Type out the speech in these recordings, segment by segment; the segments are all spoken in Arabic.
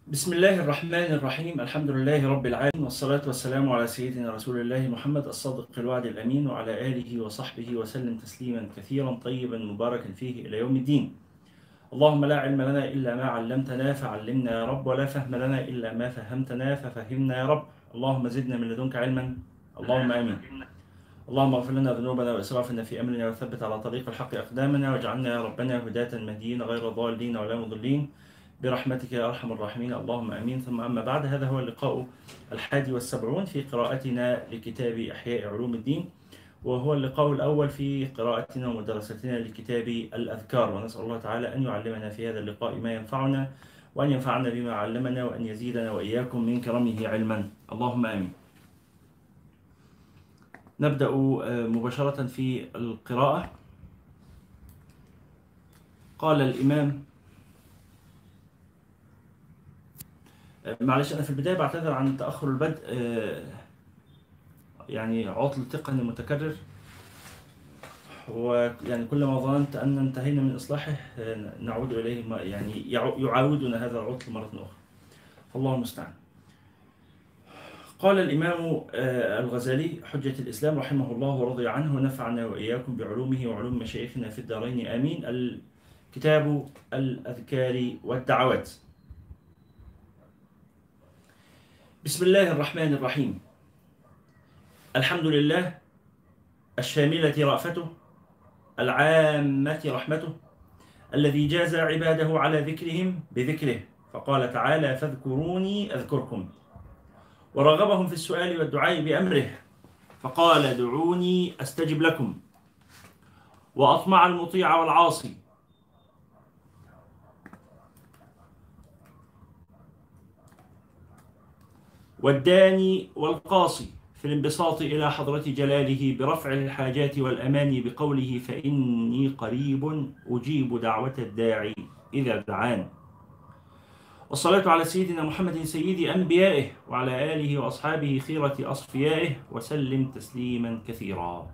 بسم الله الرحمن الرحيم. الحمد لله رب العالمين، والصلاة والسلام على سيدنا رسول الله محمد الصادق الوعد الأمين، وعلى آله وصحبه وسلم تسليما كثيرا طيبا مباركا فيه إلى يوم الدين. اللهم لا علم لنا إلا ما علمتنا فعلمنا يا رب، ولا فهم لنا إلا ما فهمتنا ففهمنا يا رب. اللهم زدنا من لدنك علما، اللهم آمين. اللهم اغفر لنا ذنوبنا وإسرافنا في أمرنا، وثبت على طريق الحق أقدامنا، واجعلنا يا ربنا هداة مهديين غير ضالين ولا مضلين برحمتك يا أرحم الراحمين، اللهم آمين. ثم أما بعد، هذا هو اللقاء 71 في قراءتنا لكتاب إحياء علوم الدين، وهو اللقاء الأول في قراءتنا ومدرستنا لكتاب الأذكار، ونسأل الله تعالى أن يعلمنا في هذا اللقاء ما ينفعنا، وأن ينفعنا بما علمنا، وأن يزيدنا وإياكم من كرمه علما، اللهم آمين. نبدأ مباشرة في القراءة. قال الإمام، معلش أنا في البداية بعتذر عن تأخر البدء، يعني عطل تقني متكرر، ويعني كلما ظننت أن انتهينا من إصلاحه نعود إليه، يعني يعاودنا هذا العطل مرة أخرى، الله المستعان. قال الإمام الغزالي حجة الإسلام رحمه الله ورضي عنه، ونفعنا وإياكم بعلومه وعلوم مشايخنا في الدارين آمين. الكتاب الأذكار والدعوات. بسم الله الرحمن الرحيم. الحمد لله الشاملة رأفته، العامة رحمته، الذي جاز عباده على ذكرهم بذكره، فقال تعالى: فاذكروني أذكركم. ورغبهم في السؤال والدعاء بأمره، فقال: ادعوني أستجب لكم. وأطمع المطيع والعاصي، والداني والقاصي في الانبساط إلى حضرة جلاله برفع الحاجات والأماني بقوله: فإني قريب أجيب دعوة الداعي إذا دعان. والصلاة على سيدنا محمد سيد أنبيائه، وعلى آله وأصحابه خيرة أصفيائه، وسلم تسليما كثيرا.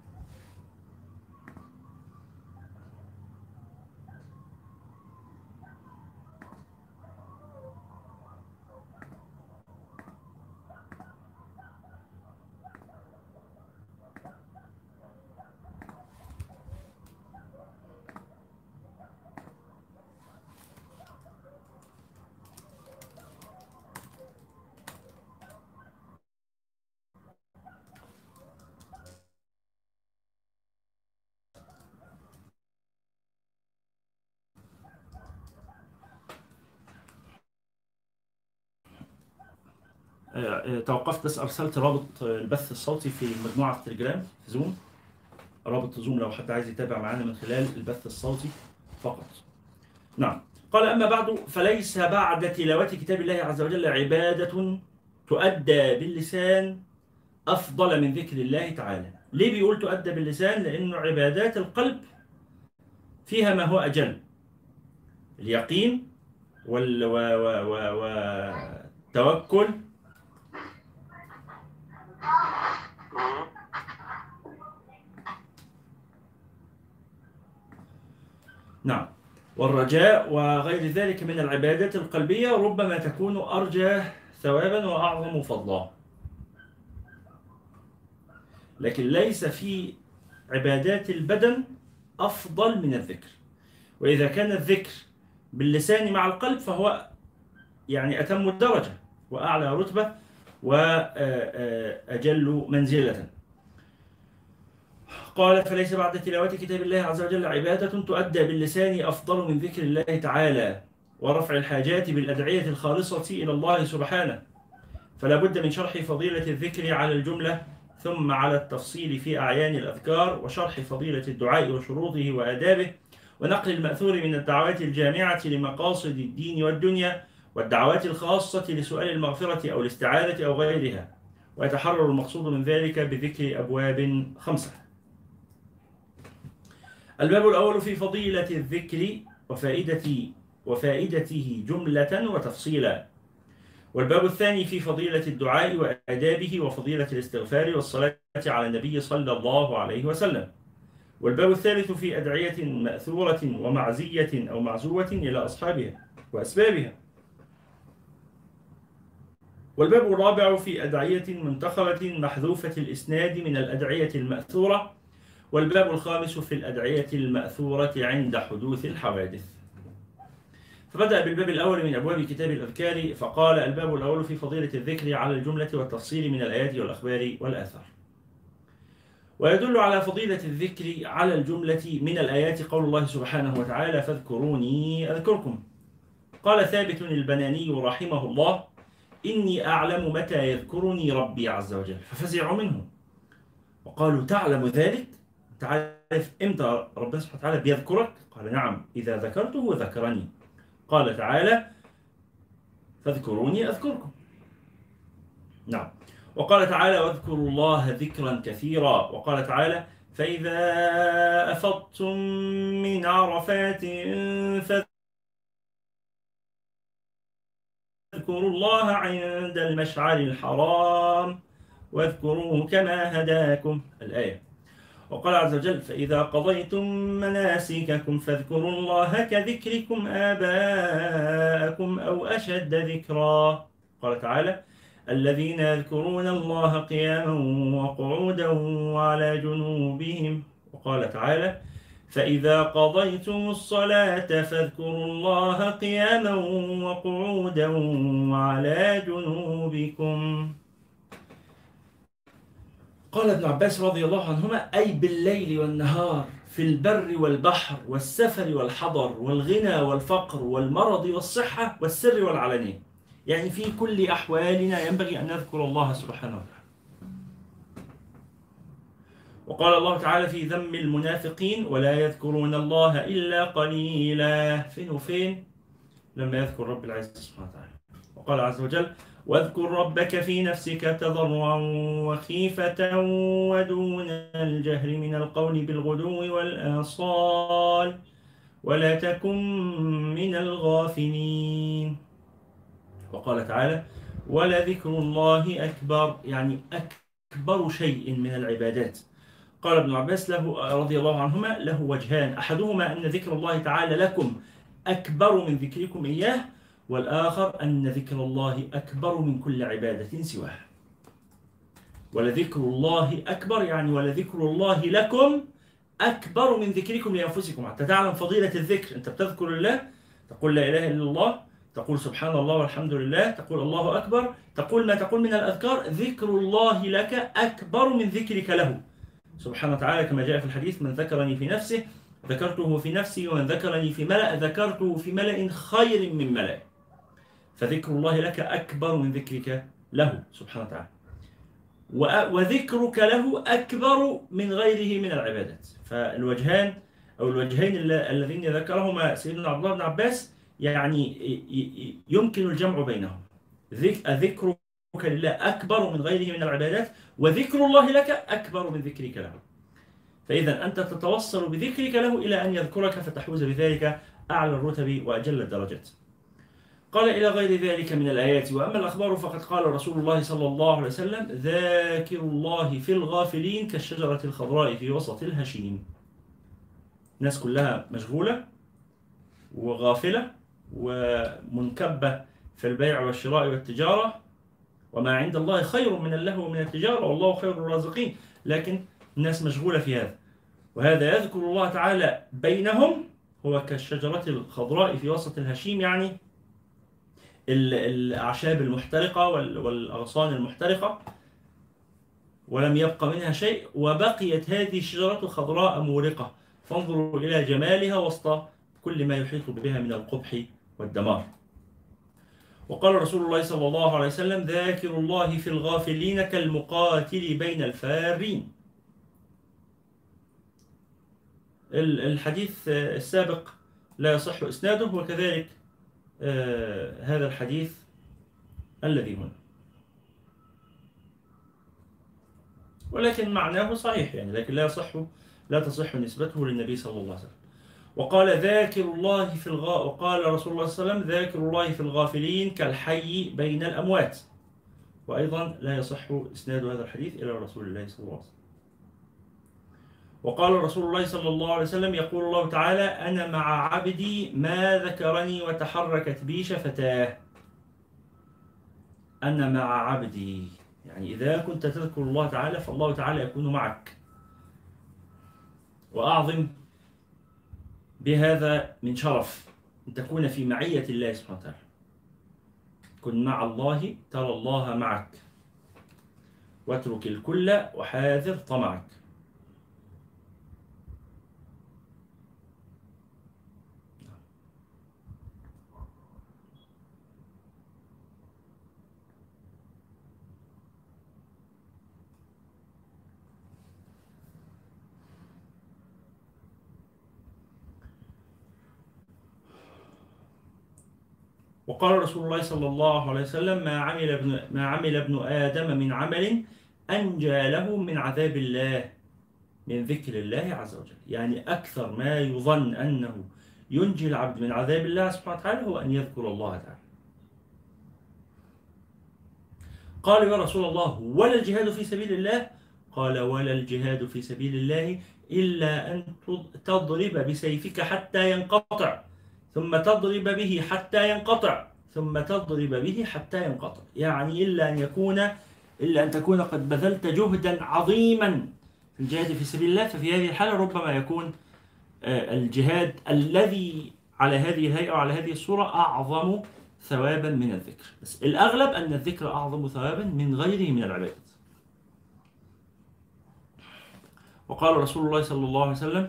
توقفت بس أرسلت رابط البث الصوتي في مجموعة التليجرام في زوم، رابط زوم لو حد عايز يتابع معانا من خلال البث الصوتي فقط. نعم. قال: أما بعد، فليس بعد تلاوة كتاب الله عز وجل عبادة تؤدى باللسان أفضل من ذكر الله تعالى. ليه بيقول تؤدى باللسان؟ لأنه عبادات القلب فيها ما هو أجل، اليقين والتوكل نعم، والرجاء وغير ذلك من العبادات القلبية، ربما تكون أرجى ثوابا وأعظم فضلا، لكن ليس في عبادات البدن أفضل من الذكر. وإذا كان الذكر باللسان مع القلب فهو يعني أتم الدرجة وأعلى رتبة وأجل منزلة. قال: فليس بعد تلاوة كتاب الله عز وجل عبادة تؤدى باللسان أفضل من ذكر الله تعالى ورفع الحاجات بالأدعية الخالصة إلى الله سبحانه، فلا بد من شرح فضيلة الذكر على الجملة، ثم على التفصيل في أعيان الأذكار، وشرح فضيلة الدعاء وشروطه وآدابه، ونقل المأثور من الدعوات الجامعة لمقاصد الدين والدنيا، والدعوات الخاصة لسؤال المغفرة أو الاستعاذة أو غيرها، ويتحرر المقصود من ذلك بذكر أبواب 5. الباب الأول في فضيلة الذكر وفائدته جملة وتفصيلا. والباب الثاني في فضيلة الدعاء وآدابه وفضيلة الاستغفار والصلاة على النبي صلى الله عليه وسلم. والباب الثالث في أدعية مأثورة ومعزية أو معزوة إلى أصحابها وأسبابها. والباب الرابع في أدعية منتخبة محذوفة الإسناد من الأدعية المأثورة. والباب الخامس في الأدعية المأثورة عند حدوث الحوادث. فبدأ بالباب الأول من أبواب كتاب الأذكار، فقال: الباب الأول في فضيلة الذكر على الجملة والتفصيل من الآيات والأخبار والآثار. ويدل على فضيلة الذكر على الجملة من الآيات قول الله سبحانه وتعالى: فاذكروني أذكركم. قال ثابت البناني رحمه الله: إني أعلم متى يذكرني ربي عز وجل، ففزعوا منه وقالوا: تعلم ذلك؟ تعرف إمتى ربنا سبحانه وتعالى بيذكرك؟ قال: نعم، إذا ذكرته ذكرني. قال تعالى: فاذكروني أذكركم. نعم. وقال تعالى: واذكروا الله ذكرا كثيرا. وقال تعالى: فإذا أفضتم من عرفات فاذكروا الله عند المشعر الحرام واذكروه كما هداكم. الآية. وقال عز وجل: فإذا قضيتم مناسككم فاذكروا الله كذكركم آباءكم أو أشد ذكرا. قال تعالى: الذين يذكرون الله قياما وقعودا وعلى جنوبهم. وقال تعالى: فإذا قضيتم الصلاة فاذكروا الله قياما وقعودا وعلى جنوبكم. قال ابن عباس رضي الله عنهما: أي بالليل والنهار، في البر والبحر والسفر والحضر والغنى والفقر والمرض والصحة والسر والعلانية، يعني في كل أحوالنا ينبغي أن نذكر الله سبحانه وتعالى. وقال الله تعالى في ذم المنافقين: ولا يذكرون الله إلا قليلا. فين وفين لما يذكر رب العزة سبحانه وتعالى. وقال عز وجل: واذكر ربك في نفسك تضرعا وخيفة ودون الجهر من القول بالغدو والآصال ولا تكن من الغافلين. وقال تعالى: ولذكر الله أكبر، يعني أكبر شيء من العبادات. قال ابن عباس له رضي الله عنهما: له وجهان، أحدهما أن ذكر الله تعالى لكم أكبر من ذكركم إياه، والآخر أن ذكر الله أكبر من كل عبادة سواه. ولذكر الله أكبر، يعني ولذكر الله لكم أكبر من ذكركم لأنفسكم، حتى تعلم فضيلة الذكر. أنت بتذكر الله، تقول لا إله إلا الله، تقول سبحان الله والحمد لله، تقول الله أكبر، تقول ما تقول من الأذكار، ذكر الله لك أكبر من ذكرك له سبحانه وتعالى، كما جاء في الحديث: من ذكرني في نفسه ذكرته في نفسي، ومن ذكرني في ملأ ذكرته في ملأ خير من ملأ. فذكر الله لك أكبر من ذكرك له سبحانه وتعالى، وذكرك له أكبر من غيره من العبادات. فالوجهان أو الوجهين الذين ذكرهما سيدنا عبد الله بن عباس يعني يمكن الجمع بينهم. ذكرك لله أكبر من غيره من العبادات، وذكر الله لك أكبر من ذكرك له. فإذا أنت تتوصل بذكرك له إلى أن يذكرك، فتحوز بذلك أعلى الرتب وأجل الدرجات. قال: إلى غير ذلك من الآيات. وأما الأخبار فقد قال رسول الله صلى الله عليه وسلم: ذاكر الله في الغافلين كالشجرة الخضراء في وسط الهشيم. الناس كلها مشغولة وغافلة ومنكبة في البيع والشراء والتجارة، وما عند الله خير من اللهو ومن التجارة، والله خير الرازقين، لكن الناس مشغولة في هذا. وهذا يذكر الله تعالى بينهم، هو كالشجرة الخضراء في وسط الهشيم، يعني الأعشاب المحترقة والأغصان المحترقة، ولم يبق منها شيء، وبقيت هذه الشجرة خضراء مورقة، فانظروا إلى جمالها وسط كل ما يحيط بها من القبح والدمار. وقال رسول الله صلى الله عليه وسلم: ذاكر الله في الغافلين كالمقاتل بين الفارين. الحديث السابق لا يصح إسناده، وكذلك هذا الحديث الذي هنا، ولكن معناه صحيح يعني، لكن لا تصح نسبته للنبي صلى الله عليه وسلم. وقال: ذاكر الله في وقال رسول الله صلى الله عليه وسلم: ذاكر الله في الغافلين كالحي بين الأموات. وأيضا لا يصح إسناد هذا الحديث إلى رسول الله صلى الله عليه وسلم. وقال رسول الله صلى الله عليه وسلم: يقول الله تعالى: أنا مع عبدي ما ذكرني وتحركت بي شفتاه. أنا مع عبدي، يعني إذا كنت تذكر الله تعالى فالله تعالى يكون معك. وأعظم بهذا من شرف أن تكون في معية الله سبحانه وتعالى. كن مع الله ترى الله معك، واترك الكل وحاذر طمعك. وقال رسول الله صلى الله عليه وسلم: ما عمل ابن آدم من عمل أنجى له من عذاب الله من ذكر الله عز وجل. يعني أكثر ما يظن أنه ينجي العبد من عذاب الله سبحانه وتعالى هو أن يذكر الله تعالى. قال: يا رسول الله، ولا الجهاد في سبيل الله؟ قال: ولا الجهاد في سبيل الله إلا أن تضرب بسيفك حتى ينقطع، ثم تضرب به حتى ينقطع، ثم تضرب به حتى ينقطع. يعني إلا أن تكون قد بذلت جهدا عظيما في الجهاد في سبيل الله. ففي هذه الحالة ربما يكون الجهاد الذي على هذه الهيئة وعلى هذه الصورة أعظم ثوابا من الذكر. بس الأغلب أن الذكر أعظم ثوابا من غيره من العبادات. وقال رسول الله صلى الله عليه وسلم: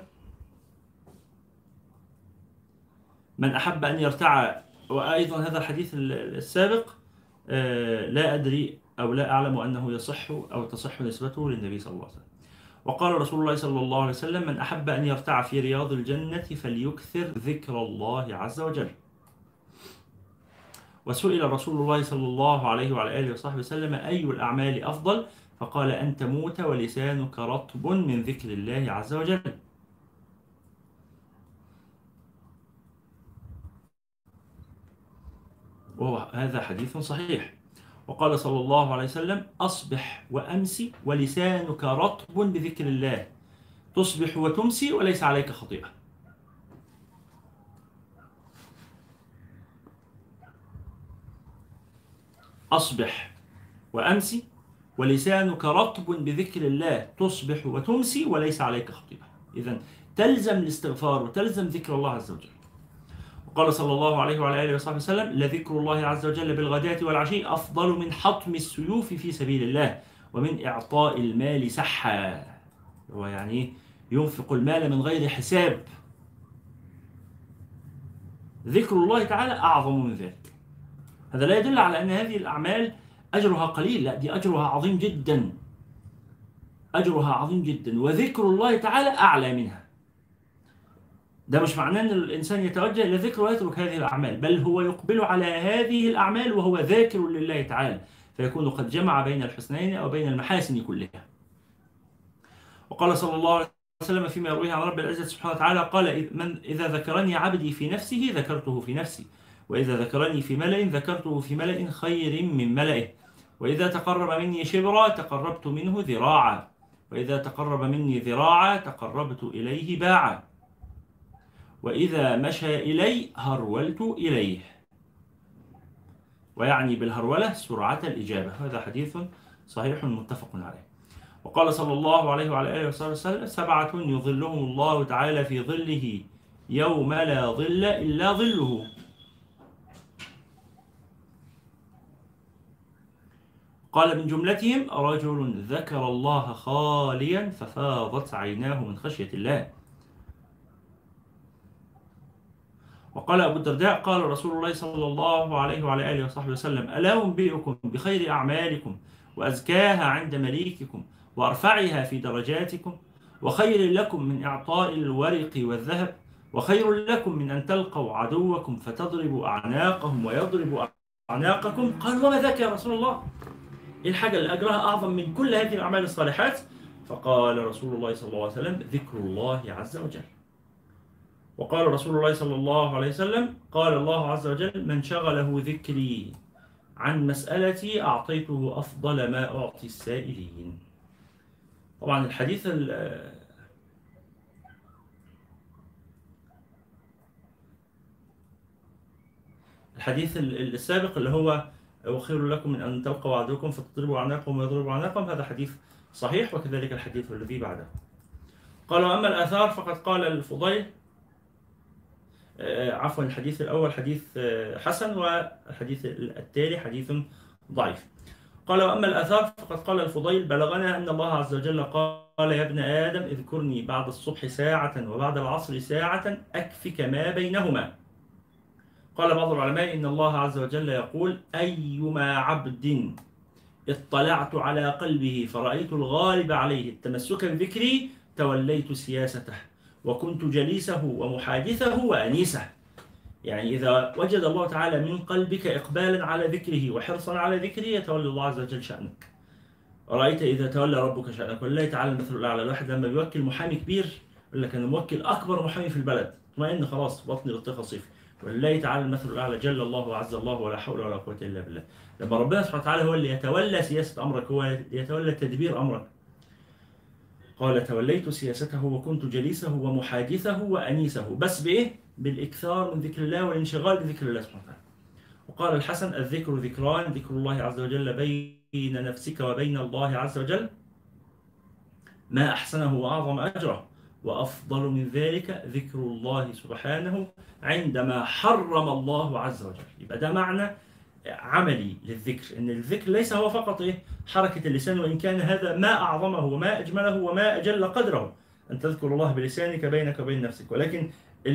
من أحب أن يرتع. وأيضا هذا الحديث السابق لا أدري أو لا أعلم أنه يصح أو تصح نسبته للنبي صلى الله عليه وسلم. وقال رسول الله صلى الله عليه وسلم: من أحب أن يرتع في رياض الجنة فليكثر ذكر الله عز وجل. وسئل رسول الله صلى الله عليه وعلى آله وصحبه وسلم: أي الأعمال أفضل؟ فقال: أن تموت ولسانك رطب من ذكر الله عز وجل. وهذا حديث صحيح. وقال صلى الله عليه وسلم: أصبح وأمسي ولسانك رطب بذكر الله، تصبح وتمسي وليس عليك خطيئة. أصبح وأمسي ولسانك رطب بذكر الله، تصبح وتمسي وليس عليك خطيئة. إذن تلزم الاستغفار وتلزم ذكر الله عز وجل. وقال صلى الله عليه وعلى آله وصحبه وسلم: لذكر الله عز وجل بالغداة والعشي أفضل من حطم السيوف في سبيل الله ومن إعطاء المال سحا. هو يعني ينفق المال من غير حساب. ذكر الله تعالى أعظم من ذلك. هذا لا يدل على أن هذه الأعمال أجرها قليل، لا، دي أجرها عظيم جدا، أجرها عظيم جدا، وذكر الله تعالى أعلى منها. ده مش معناه أن الإنسان يتوجه إلى ذكر ويترك هذه الأعمال، بل هو يقبل على هذه الأعمال وهو ذاكر لله تعالى، فيكون قد جمع بين الحسنين أو بين المحاسن كلها. وقال صلى الله عليه وسلم فيما يرويه عن رب العزة سبحانه وتعالى: قال: إذا ذكرني عبدي في نفسه ذكرته في نفسي، وإذا ذكرني في ملأ ذكرته في ملأ خير من ملئه، وإذا تقرب مني شبرا تقربت منه ذراعا، وإذا تقرب مني ذراعا تقربت إليه باعا، وإذا مشى إلي هرولت إليه. ويعني بالهرولة سرعة الإجابة. هذا حديث صحيح متفق عليه. وقال صلى الله عليه وعلى آله وسلم: 7 يظلهم الله تعالى في ظله يوم لا ظل إلا ظله. قال: من جملتهم رجل ذكر الله خاليا ففاضت عيناه من خشية الله. وقال أبو الدرداء: قال رسول الله صلى الله عليه وعلى آله وصحبه وسلم: ألا أنبئكم بخير أعمالكم وأزكاها عند مليككم وأرفعها في درجاتكم، وخير لكم من إعطاء الورق والذهب، وخير لكم من أن تلقوا عدوكم فتضربوا أعناقهم ويضربوا أعناقكم؟ قال: وما ذاك يا رسول الله؟ إيه الحاجة اللي أجرها أعظم من كل هذه الأعمال الصالحات؟ فقال رسول الله صلى الله عليه وسلم: ذكر الله عز وجل. وقال رسول الله صلى الله عليه وسلم: قال الله عز وجل: من شغله ذكري عن مسألتي أعطيته أفضل ما أعطي السائلين. طبعا الحديث السابق اللي هو وخير لكم من أن تلقوا عدوكم فتضربوا أعناقهم ويضربوا أعناقهم. هذا حديث صحيح، وكذلك الحديث الذي بعده. قال: وأما الآثار فقد قال الفضيل، عفوا، الحديث الأول حديث حسن، والحديث التالي حديث ضعيف. قال: وأما الآثار فقد قال الفضيل: بلغنا أن الله عز وجل قال: يا ابن آدم اذكرني بعد الصبح ساعة وبعد العصر ساعة أكفك ما بينهما. قال بعض العلماء إن الله عز وجل يقول: أيما عبد اطلعت على قلبه فرأيت الغالب عليه التمسك بذكري توليت سياسته وكنت جليسه ومحادثه وأنيسه. يعني إذا وجد الله تعالى من قلبك إقبالا على ذكره وحرصا على ذكره يتولى الله عز وجل شأنك. رأيت إذا تولى ربك شأنك، ولله تعالى المثل الأعلى. الواحد لما بيوكل محامي كبير يقول لك أنا موكل أكبر محامي في البلد، اطمئن خلاص بطني غطيها صيف. ولله تعالى المثل الأعلى، جل الله وعز الله ولا حول ولا قوة إلا بالله. لما ربنا سبحانه وتعالى هو اللي يتولى سياسة أمرك، هو يتولى تدبير أمرك. قال: توليت سياسته وكنت جليسه ومحادثه وأنيسه. بس بإيه؟ بالإكثار من ذكر الله والانشغال بذكر الله سبحانه وتعالى. وقال الحسن: الذكر ذكران، ذكر الله عز وجل بين نفسك وبين الله عز وجل ما أحسنه وأعظم أجره، وأفضل من ذلك ذكر الله سبحانه عندما حرم الله عز وجل. يبقى ده معنى عملي للذكر، ان الذكر ليس هو فقط حركة اللسان، وإن كان هذا ما أعظمه وما أجمله وما أجل قدره أن تذكر الله بلسانك بينك وبين نفسك، ولكن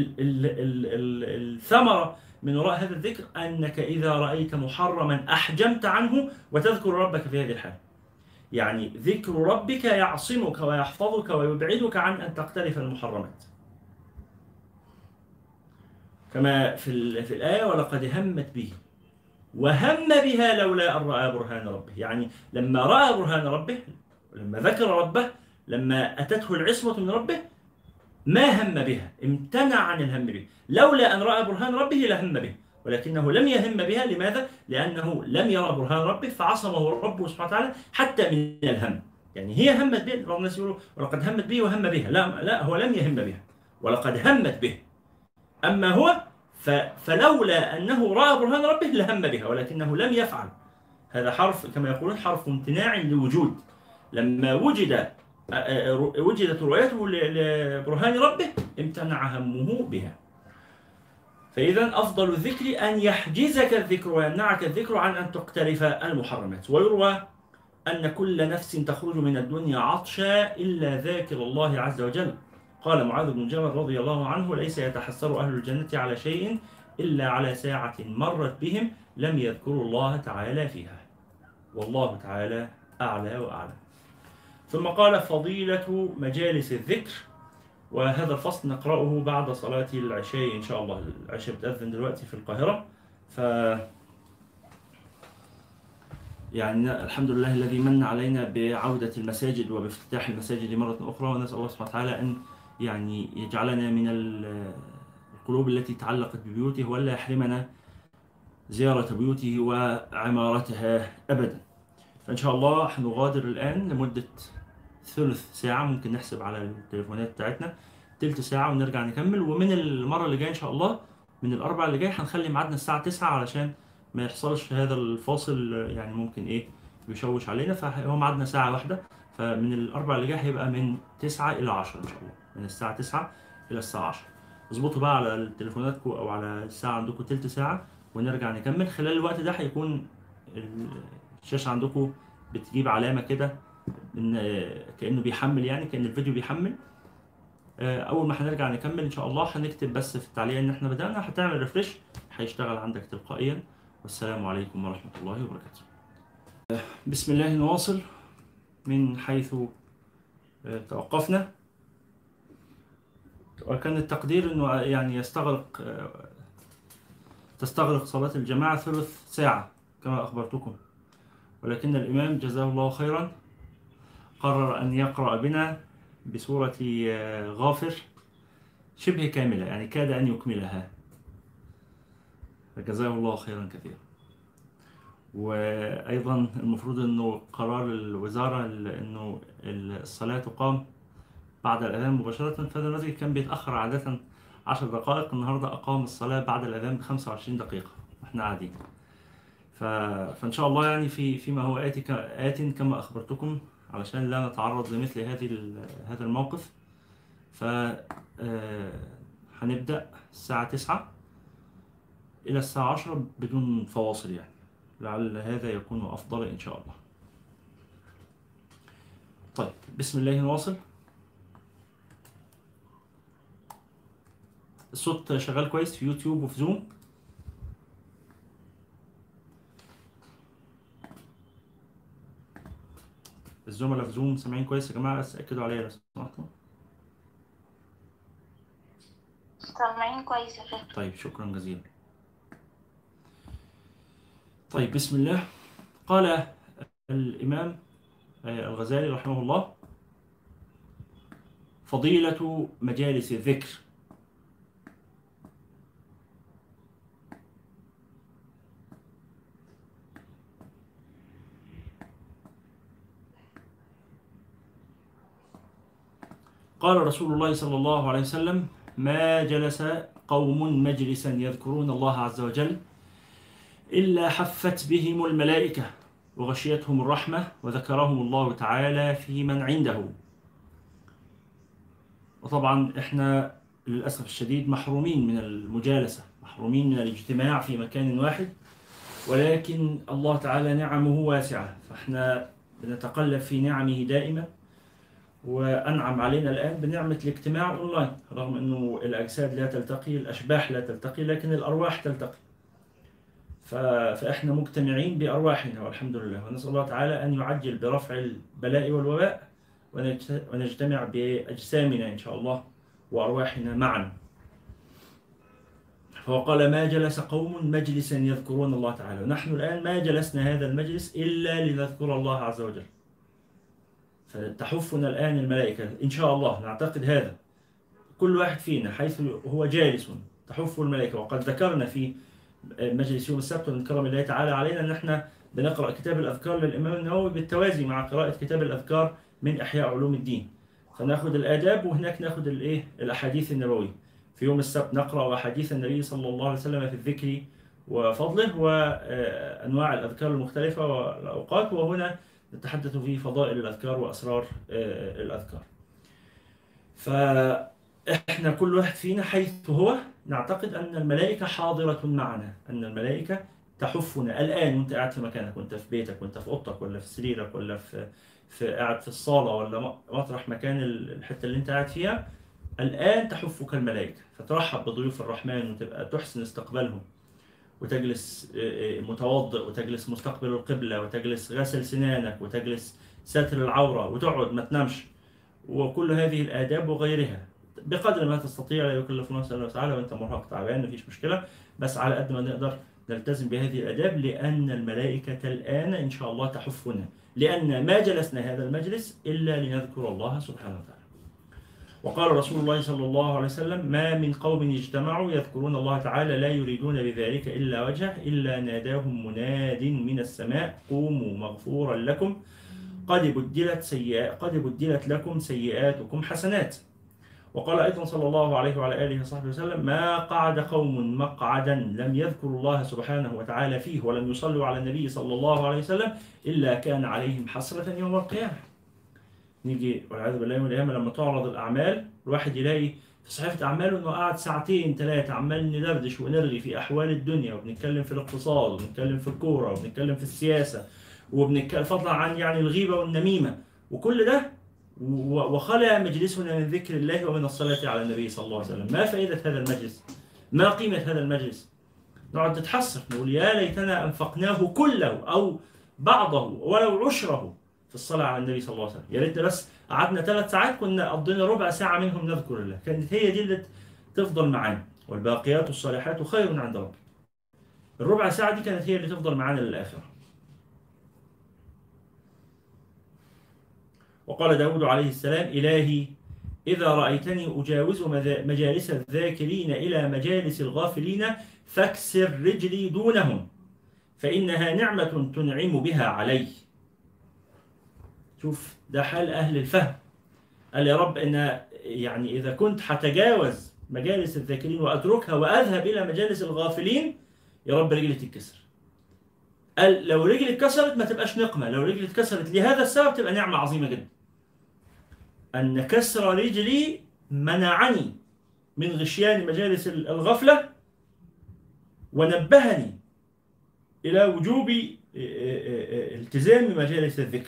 الثمرة من وراء هذا الذكر أنك إذا رأيت محرما أحجمت عنه وتذكر ربك في هذه الحال. يعني ذكر ربك يعصمك ويحفظك ويبعدك عن أن تقترف المحرمات، كما في الآية: ولقد همت به وهم بها لولا أن رأى برهان ربه. يعني لما رأى برهان ربه، لما ذكر ربه، لما أتته العصمة من ربه ما هم بها، امتنع عن الهم به. لولا أن رأى برهان ربه لهم به، ولكنه لم يهم بها. لماذا؟ لأنه لم يرى برهان ربه فعصمه ربه سبحانه وتعالى حتى من الهم. يعني هي همت به، بعض الناس يقولوا ولقد همت به وهم بها. لا، هو لم يهم بها، ولقد همت به. أما هو فلولا أنه رأى برهان ربه لهم بها، ولكنه لم يفعل. هذا حرف كما يقولون حرف امتناع لوجود. لما وجدت رؤيته لبرهان ربه امتنع همه بها. فإذا أفضل الذكر أن يحجزك الذكر ويمنعك الذكر عن أن تقترف المحرمات. ويروى أن كل نفس تخرج من الدنيا عطشا إلا ذاكر الله عز وجل. قال معاذ بن جبل رضي الله عنه: ليس يتحسر أهل الجنة على شيء إلا على ساعة مرت بهم لم يذكروا الله تعالى فيها، والله تعالى أعلى وأعلم. ثم قال: فضيلة مجالس الذكر. وهذا الفصل نقرأه بعد صلاة العشاء إن شاء الله. العشاء بتأذن دلوقتي في القاهرة، يعني الحمد لله الذي من علينا بعودة المساجد وبافتتاح المساجد مرة أخرى، ونسأل الله سبحانه وتعالى أن يعني يجعلنا من القلوب التي تعلقت ببيوته، ولا يحرمنا زيارة بيوته وعمارتها أبدا. فإن شاء الله هنغادر الآن لمدة ثلث ساعة، ممكن نحسب على التليفونات بتاعتنا تلت ساعة ونرجع نكمل. ومن المرة اللي جاية إن شاء الله، من الأربع اللي جاي، هنخلي ميعادنا الساعة 9 علشان ما يحصلش هذا الفاصل، يعني ممكن بيشوش علينا. فهو ميعادنا ساعة واحدة، فمن الأربع اللي جاي هيبقى من 9 إلى 10 إن شاء الله، من الساعة 9 إلى الساعة 10. اظبطوا بقى على تليفوناتكم أو على الساعة عندكم تلت ساعة ونرجع نكمل. خلال الوقت ده هيكون الشاشة عندكم بتجيب علامة كده إن كأنه بيحمل، يعني كأن الفيديو بيحمل. أول ما هنرجع نكمل إن شاء الله هنكتب بس في التعليق إن إحنا بدأنا، هتعمل ريفريش هيشتغل عندك تلقائيا. والسلام عليكم ورحمة الله وبركاته. بسم الله نواصل من حيث توقفنا. وكان التقدير إنه يعني تستغرق صلاة الجماعة ثلث ساعة كما أخبرتكم، ولكن الإمام جزاه الله خيرا قرر أن يقرأ بنا بسورة غافر شبه كاملة، يعني كاد أن يكملها، فجزاه الله خيرا كثيرا. وأيضا المفروض أنه قرار الوزارة أنه الصلاة تقام بعد الأذان مباشرة، فهذا الذي كان بيتأخر عادة 10 دقائق، النهاردة أقام الصلاة بعد الأذان ب25 دقيقة وإحنا قاعدين. فإن شاء الله يعني فيما هو آت كما أخبرتكم، علشان لا نتعرض لمثل هذا الموقف. ف هنبدأ الساعة 9 إلى الساعة 10 بدون فواصل يعني، لعل هذا يكون أفضل إن شاء الله. طيب، بسم الله نواصل. الصوت شغال كويس في يوتيوب وفي زوم؟ الزملاء في زوم سامعين كويس يا جماعة؟ بس أكدوا عليا لو سمحتوا. سامعين كويس يا شيخ. طيب، شكرا جزيلا. طيب، بسم الله. قال الإمام الغزالي رحمه الله: فضيلة مجالس الذكر. قال رسول الله صلى الله عليه وسلم: ما جلس قوم مجلسا يذكرون الله عز وجل إلا حفت بهم الملائكة وغشيتهم الرحمة وذكرهم الله تعالى في من عنده. وطبعا احنا للأسف الشديد محرومين من المجالسة، محرومين من الاجتماع في مكان واحد، ولكن الله تعالى نعمه واسعة، فاحنا بنتقلب في نعمه دائما، وأنعم علينا الآن بنعمة الاجتماع أونلاين، رغم أنه الأجساد لا تلتقي، الأشباح لا تلتقي، لكن الأرواح تلتقي. فإحنا مجتمعين بأرواحنا والحمد لله، ونسأل الله تعالى أن يعجل برفع البلاء والوباء، ونجتمع بأجسامنا إن شاء الله وأرواحنا معا. فقال: ما جلس قوم مجلسا يذكرون الله تعالى. ونحن الآن ما جلسنا هذا المجلس إلا لنذكر الله عز وجل، فتحفنا الآن الملائكة إن شاء الله، نعتقد هذا. كل واحد فينا حيث هو جالس تحفه الملائكة. وقد ذكرنا في مجلس يوم السبت من كرم الله تعالى علينا أن احنا بنقرأ كتاب الأذكار للإمام النووي بالتوازي مع قراءة كتاب الأذكار من إحياء علوم الدين، فناخد الآداب وهناك ناخد الأحاديث النبوية. في يوم السبت نقرأ أحاديث النبي صلى الله عليه وسلم في الذكر وفضله وأنواع الأذكار المختلفة والأوقات، وهنا نتحدث في فضائل الأذكار وأسرار الأذكار. فإحنا كل واحد فينا حيث هو نعتقد أن الملائكة حاضرة معنا، أن الملائكة تحفنا الآن، وأنت قاعد في مكانك، وأنت في بيتك، وأنت في أوضتك، ولا في سريرك، ولا قاعد في الصالة، ولا مطرح مكان الحتة اللي أنت قاعد فيها. الآن تحفك الملائكة، فترحب بضيوف الرحمن وتبقى تحسن استقبالهم، وتجلس متوضئ، وتجلس مستقبل القبلة، وتجلس غسل سنانك، وتجلس ساتر العورة، وتقعد ما تنامش، وكل هذه الآداب وغيرها بقدر ما تستطيع. لا يكلف نفسا إلا وسعها، وأنت مرهق تعبان مفيش مشكلة، بس على قد ما نقدر نلتزم بهذه الآداب، لأن الملائكة الآن إن شاء الله تحفنا، لأن ما جلسنا هذا المجلس إلا لنذكر الله سبحانه وتعالى. وقال رسول الله صلى الله عليه وسلم: ما من قوم اجتمعوا يذكرون الله تعالى لا يريدون بذلك إلا وجهه إلا ناداهم مناد من السماء: قوموا مغفورا لكم قد بدلت لكم سيئاتكم حسنات. وقال أيضا صلى الله عليه وعلى آله وصحبه وسلم: ما قعد قوم مقعدا لم يذكروا الله سبحانه وتعالى فيه ولم يصلوا على النبي صلى الله عليه وسلم إلا كان عليهم حسرة يوم القيامة. نيجي والعياذ بالله من الأيام لما تعرض الأعمال، الواحد يلاقي في صحيفة أعماله إنه قاعد ساعتين 3 عمال ندردش ونرغي في أحوال الدنيا، وبنتكلم في الاقتصاد، وبنتكلم في الكورة، وبنتكلم في السياسة، وبنتكلم فضلا عن يعني الغيبة والنميمة، وكل ده وخلى مجلسنا من ذكر الله ومن الصلاة على النبي صلى الله عليه وسلم. ما فائدة هذا المجلس؟ ما قيمة هذا المجلس؟ نقعد نتحسر نقول يا ليتنا أنفقناه كله أو بعضه ولو عشره في الصلاة على النبي صلى الله عليه وسلم. يا ريت بس قعدنا 3 ساعات كنا قضينا ربع ساعة منهم نذكر الله، كانت هي دي اللي تفضل معانا. والباقيات الصالحات خير عند ربك. الربع ساعة دي كانت هي اللي تفضل معانا للآخرة. وقال داود عليه السلام: إلهي إذا رأيتني أجاوز مجالس الذاكرين إلى مجالس الغافلين فاكسر رجلي دونهم فإنها نعمة تنعم بها علي. شوف ده حال أهل الفهم. قال يا رب إن يعني إذا كنت هتجاوز مجالس الذاكرين وأتركها وأذهب إلى مجالس الغافلين، يا رب رجلي تتكسر. قال لو رجلي اتكسرت ما تبقاش نقمة، لو رجلي اتكسرت لهذا السبب تبقى نعمة عظيمة جدا. أن كسر رجلي منعني من غشيان مجالس الغفلة، ونبهني إلى وجوب التزام مجالس الذكر.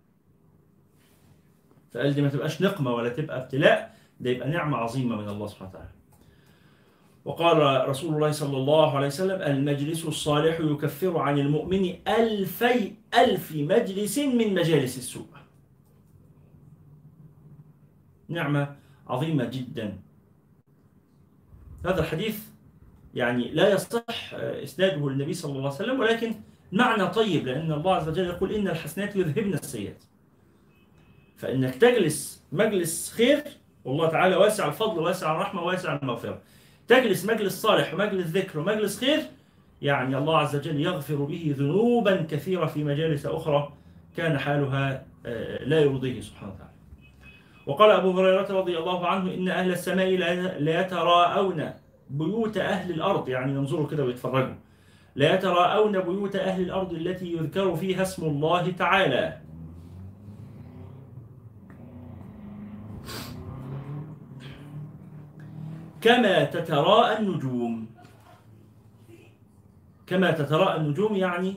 فقال دي ما تبقاش نقمة ولا تبقى ابتلاء، ده يبقى نعمة عظيمة من الله سبحانه وتعالى. وقال رسول الله صلى الله عليه وسلم: المجلس الصالح يكفر عن المؤمن 1000 مجلس من مجالس السوء. نعمة عظيمة جدا. هذا الحديث يعني لا يصح إسناده للنبي صلى الله عليه وسلم، ولكن معنى طيب، لأن الله عز وجل يقول: إن الحسنات يذهبن السيئات. فإنك تجلس مجلس خير، والله تعالى واسع الفضل واسع الرحمة واسع المغفرة، تجلس مجلس صالح ومجلس ذكر ومجلس خير، يعني الله عز وجل يغفر به ذنوبا كثيرة في مجالس أخرى كان حالها لا يرضيه سبحانه وتعالى. وقال أبو هريرة رضي الله عنه: إن أهل السماء لا يتراءون بيوت أهل الأرض، يعني ينظروا كده ويتفرجوا، لا يتراءون بيوت أهل الأرض التي يذكر فيها اسم الله تعالى، كما تتراءى النجوم. كما تتراءى النجوم يعني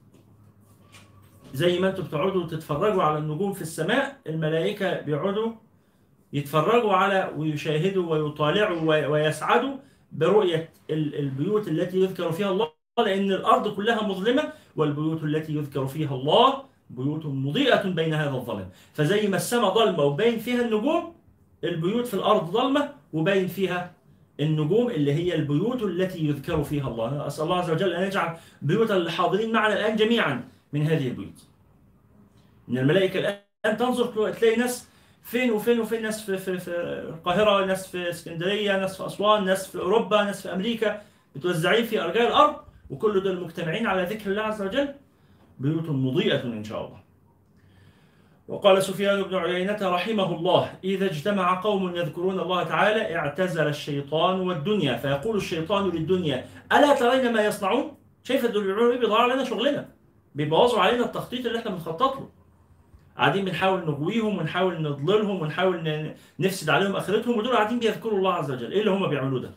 زي ما انتم بتقعدوا تتفرجوا على النجوم في السماء، الملائكة بيقعدوا يتفرجوا على ويشاهدوا ويطالعوا ويسعدوا برؤية البيوت التي يذكر فيها الله، لأن الأرض كلها مظلمة، والبيوت التي يذكر فيها الله بيوت مضيئة بين هذا الظلم. فزي ما السماء ظلمة وباين فيها النجوم، البيوت في الأرض ظلمة وباين فيها النجوم اللي هي البيوت التي يذكر فيها الله. أسأل الله عز وجل أن يجعل بيوت الحاضرين معنا الآن جميعا من هذه البيوت. إن الملائكة الآن تنظر تلاقي ناس فين وفين وفين، ناس في القاهرة، ناس في اسكندرية، ناس في أسوان، ناس في أوروبا، ناس في أمريكا، متوزعين في أرجاء الأرض، وكل دول مجتمعين على ذكر الله عز وجل، بيوت مضيئة إن شاء الله. وقال سفيان بن عيينة رحمه الله: إذا اجتمع قوم يذكرون الله تعالى اعتزل الشيطان والدنيا، فيقول الشيطان للدنيا: ألا ترين ما يصنعون؟ شايف دول بيعملوا إيه؟ بيضيعوا علينا شغلنا، بيبوظوا علينا التخطيط اللي احنا بنخطط له. قاعدين بنحاول نغويهم ونحاول نضللهم ونحاول نفسد عليهم آخرتهم، ودول قاعدين بيذكروا الله عز وجل. إيه اللي هم بيعملوه ده؟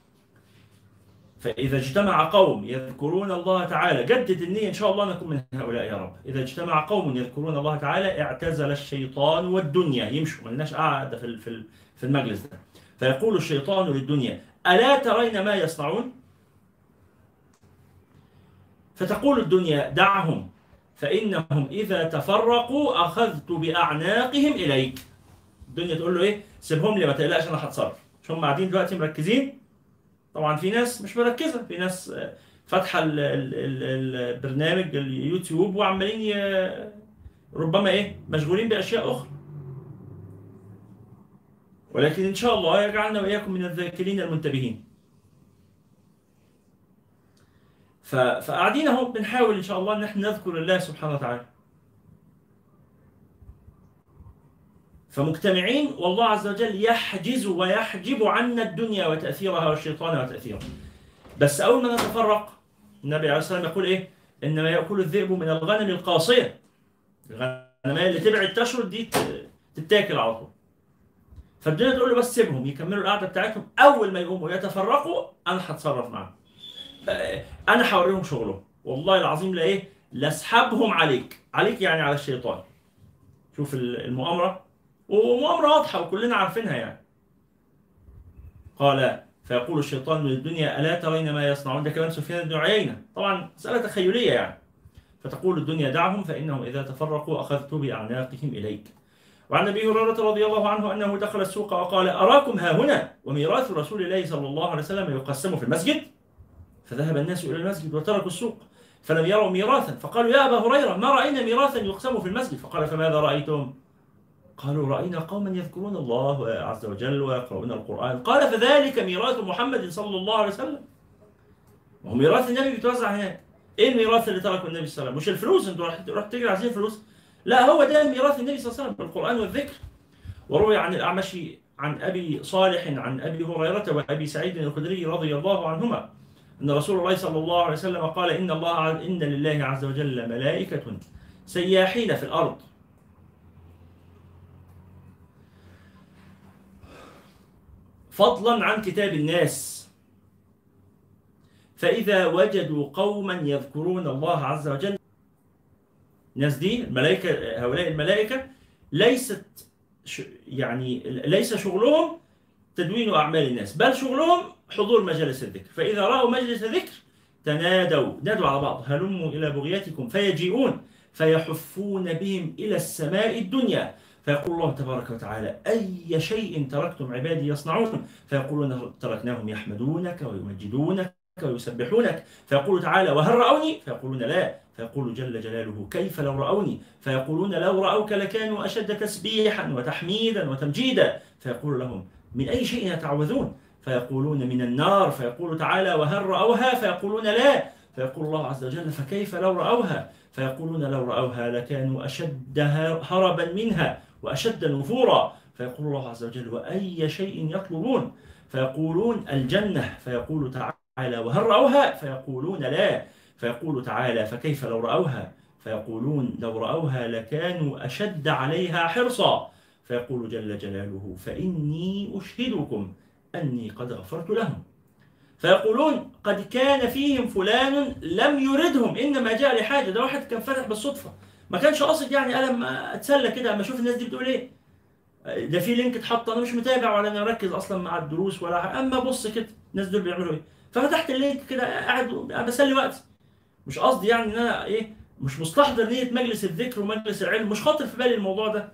فإذا اجتمع قوم يذكرون الله تعالى، جدد النية إن شاء الله نكون من هؤلاء يا رب. إذا اجتمع قوم يذكرون الله تعالى اعتزل الشيطان والدنيا، يمشوا، ملناش قاعدة في المجلس ده. فيقول الشيطان للدنيا: ألا ترين ما يصنعون؟ فتقول الدنيا: دعهم فإنهم إذا تفرقوا أخذت بأعناقهم إليك. الدنيا تقول له إيه؟ سيبهم لي، ما تقلقش أنا هتصرف. مش هم قاعدين دلوقتي مركزين؟ طبعا في ناس مش مركزة، في ناس فاتحة البرنامج اليوتيوب وعمالين ربما إيه؟ مشغولين بأشياء أخرى. ولكن إن شاء الله يجعلنا وإياكم من الذاكرين المنتبهين. فقاعدين اهو بنحاول ان شاء الله ان احنا نذكر الله سبحانه وتعالى، فمجتمعين، والله عز وجل يحجز ويحجب عنا الدنيا وتأثيرها والشيطان وتأثيره. بس اول ما نتفرق، النبي عليه الصلاة والسلام يقول ايه؟ انما يأكل الذئب من الغنم القاصية. الغنمية اللي تبعد تشرد دي تتاكل على طول. فالدنيا تقول له بس سيبهم يكملوا القعدة بتاعتهم، اول ما يقوموا يتفرقوا انا هتصرف معاهم، انا هوريهم شغلهم، والله العظيم لا ايه، لا اسحبهم عليك يعني على الشيطان. شوف المؤامرة، ومؤامرة واضحة وكلنا عارفينها يعني. قال: فيقول الشيطان للدنيا: ألا ترين ما يصنعون؟ ده كلام سفيان بن عيينة، طبعا مسألة تخيلية يعني. فتقول الدنيا: دعهم فإنهم إذا تفرقوا أخذت بأعناقهم إليك. وعن أبي هريرة رضي الله عنه أنه دخل السوق وقال: أراكم ها هنا وميراث رسول الله صلى الله عليه وسلم يقسم في المسجد. فذهب الناس إلى المسجد وتركوا السوق فلم يروا ميراثا، فقالوا: يا أبا هريرة ما رأينا ميراثا يقسم في المسجد. فقال: فماذا رأيتم؟ قالوا: رأينا قوما يذكرون الله عز وجل ويقرؤون القرآن. قال: فذلك ميراث محمد صلى الله عليه وسلم. وهو ميراث النبي بيتوزع هناك. ايه الميراث اللي تركه النبي صلى الله عليه وسلم؟ مش الفلوس، انتوا رحتوا تجري عايزين فلوس، لا، هو ده ميراث النبي صلى الله عليه وسلم، القرآن والذكر. وروي عن الأعمش عن أبي صالح عن أبي هريرة وأبي سعيد الخدري رضي الله عنهما أن رسول الله صلى الله عليه وسلم قال إن لله عز وجل ملائكة سياحين في الأرض فضلا عن كتاب الناس، فإذا وجدوا قوما يذكرون الله عز وجل. الناس دي الملائكة، هؤلاء الملائكة ليست يعني ليس شغلهم تدوين أعمال الناس، بل شغلهم حضور مجالس الذكر. فإذا رأوا مجلس ذكر نادوا على بعض هلموا إلى بغيتكم، فيجيئون فيحفون بهم إلى السماء الدنيا، فيقول الله تبارك وتعالى: أي شيء تركتم عبادي يصنعون؟ فيقولون: تركناهم يحمدونك ويمجدونك ويسبحونك. فيقول تعالى: وهل رأوني؟ فيقولون: لا. فيقول جل جلاله: كيف لو رأوني؟ فيقولون: لو رأوك لكانوا أشد تسبيحا وتحميدا وتمجيدا. فيقول لهم: من أي شيء يتعوذون؟ فيقولون: من النار. فيقول تعالى: وهل رأوها؟ فيقولون: لا. فيقول الله عز وجل: فكيف لو رأوها؟ فيقولون: لو رأوها لكانوا أشد هربا منها وأشد نفورا. فيقول الله عز وجل: وأي شيء يطلبون؟ فيقولون: الجنة. فيقول تعالى: وهل رأوها؟ فيقولون: لا. فيقول تعالى: فكيف لو رأوها؟ فيقولون: لو رأوها لكانوا أشد عليها حرصا. فيقول جل جلاله: فإني أشهدكم أني قد غفرت لهم. فيقولون: قد كان فيهم فلان لم يردهم، إنما جاء لحاجة. ده واحد كان فاتح بالصدفة، ما كانش قاصد، يعني أنا لما أتسلى كده أما أشوف الناس دي بتقول إيه، ده في لينك اتحط أنا مش متابع ولا أنا مركز أصلا مع الدروس ولا حاجة، أما بص كده الناس دول بيعملوا إيه، ففتحت اللينك كده قاعد بسلي وقتي، مش قصدي يعني إن أنا إيه، مش مستحضر نية مجلس الذكر ومجلس العلم، مش خاطر في بالي الموضوع ده.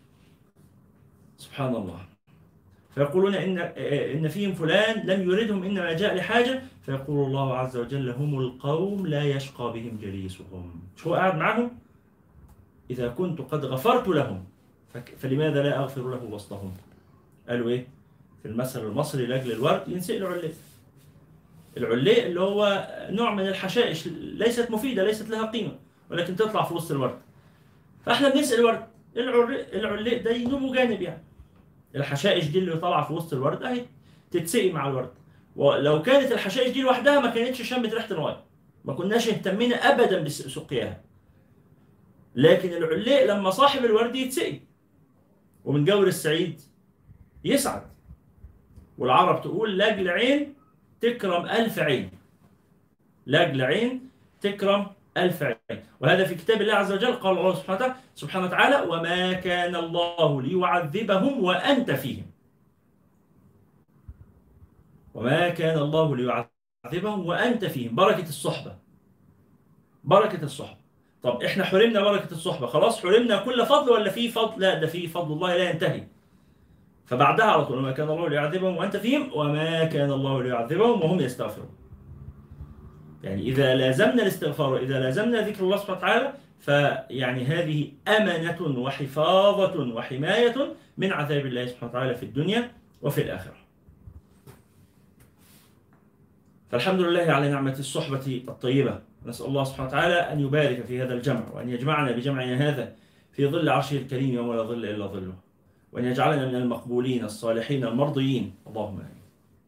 سبحان الله. فيقولون إن فيهم فلان لم يردهم إنما جاء لحاجة. فيقول الله عز وجل: هم القوم لا يشقى بهم جليسهم. شو قاعد معهم؟ إذا كنت قد غفرت لهم فلماذا لا أغفر له وسطهم؟ قالوا إيه في المثل المصري: لأجل الورد ينسئ العليق. العليق اللي هو نوع من الحشائش ليست مفيدة، ليست لها قيمة، ولكن تطلع في وسط الورد. فإحنا بنسأل الورد، العليق ده ينوب جانب، يعني الحشائش دي اللي طالعه في وسط الورد اهي تتسقي مع الورد. ولو كانت الحشائش دي لوحدها ما كانتش شمت ريحه الميه، ما كناش اهتمينا ابدا بسقياها. لكن العليق لما صاحب الورد يتسقي، ومن جور السعيد يسعد. والعرب تقول: لاجل عين تكرم ألف عين، لاجل عين تكرم ألف عين. وهذا في كتاب الله عز وجل. قال الله سبحانه وتعالى: وما كان الله ليعذبهم وأنت فيهم. وما كان الله ليعذبهم وأنت فيهم. بركة الصحبة، بركة الصحبة. طب إحنا حرمنا بركة الصحبة، خلاص حرمنا كل فضل ولا في فضل؟ لا، ده في فضل الله لا ينتهي. فبعدها على طول: وما كان الله ليعذبهم وأنت فيهم وما كان الله ليعذبهم وهم يستغفرون. يعني إذا لازمنا الاستغفار وإذا لازمنا ذكر الله سبحانه وتعالى، فيعني هذه أمنة وحفاظة وحماية من عذاب الله سبحانه وتعالى في الدنيا وفي الآخرة. فالحمد لله على نعمة الصحبة الطيبة. نسأل الله سبحانه وتعالى أن يبارك في هذا الجمع، وأن يجمعنا بجمعنا هذا في ظل عرشه الكريم يوم لا ظل إلا ظله، وأن يجعلنا من المقبولين الصالحين المرضيين، اللهم آمين.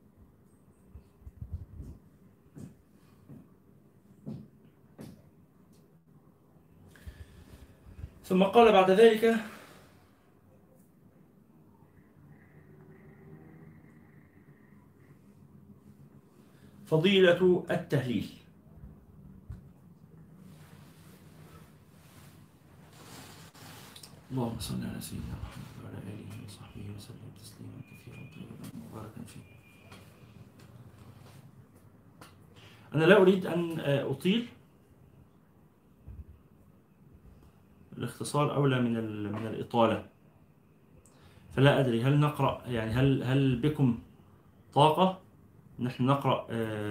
ثم قال بعد ذلك: فضيلة التهليل. اللهم صل على سيدنا محمد وعلى آله وصحبه وسلم تسليما كثيرا طيبا مباركا فيه. أنا لا أريد أن أطيل، الاختصار أولى من الإطالة. فلا أدري هل نقرأ، يعني هل بكم طاقة نحن نقرأ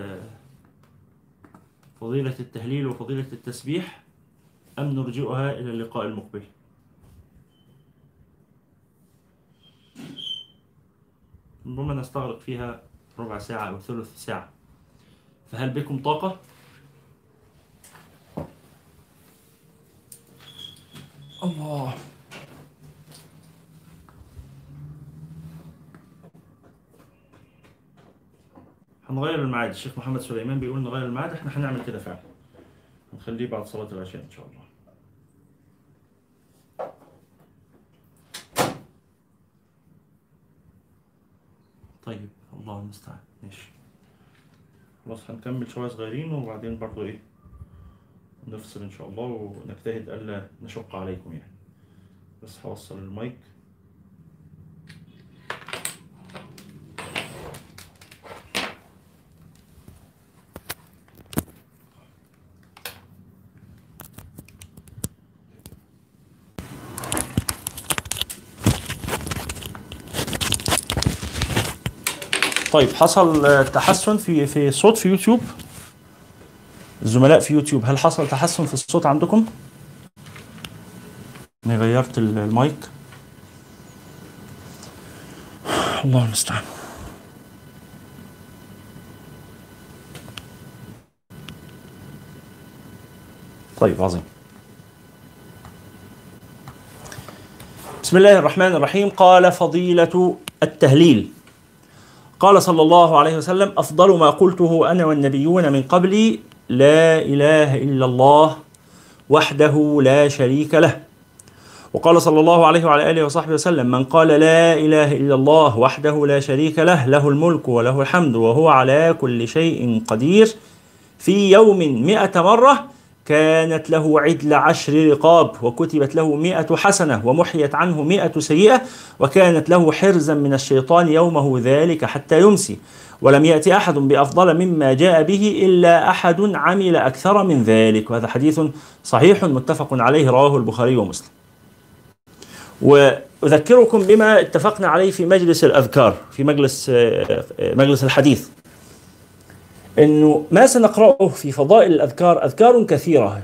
فضيلة التهليل وفضيلة التسبيح، أم نرجئها إلى اللقاء المقبل؟ ربما نستغرق فيها ربع ساعة أو ثلث ساعة. فهل بكم طاقة؟ الله. الحمد هنغير الميعاد. الشيخ محمد سليمان بيقول نغير الميعاد، احنا هنعمل كده فعلا، هنخليه بعد صلاة العشاء ان شاء الله. طيب الله المستعان. ماشي خلاص، هنكمل شوية صغيرين وبعدين برضو ايه نفصل ان شاء الله، ونجتهد الا نشق عليكم يعني. بس هوصل المايك. طيب حصل تحسن في الصوت في يوتيوب؟ الزملاء في يوتيوب، هل حصل تحسن في الصوت عندكم؟ أنا غيرت المايك. الله المستعان. طيب عظيم. بسم الله الرحمن الرحيم. قال فضيلة التهليل. قال صلى الله عليه وسلم: أفضل ما قلته أنا والنبيون من قبلي لا إله إلا الله وحده لا شريك له. وقال صلى الله عليه وعلى آله وصحبه وسلم: من قال لا إله إلا الله وحده لا شريك له له الملك وله الحمد وهو على كل شيء قدير في يوم 100 مرة كانت له عدل 10 رقاب، وكتبت له 100 حسنة، ومحيت عنه 100 سيئة، وكانت له حرزا من الشيطان يومه ذلك حتى يمسي. ولم يأتي أحد بأفضل مما جاء به إلا أحد عمل أكثر من ذلك. وهذا حديث صحيح متفق عليه رواه البخاري ومسلم. وأذكركم بما اتفقنا عليه في مجلس الأذكار، في مجلس الحديث، إنه ما سنقرأه في فضائل الأذكار أذكار كثيرة.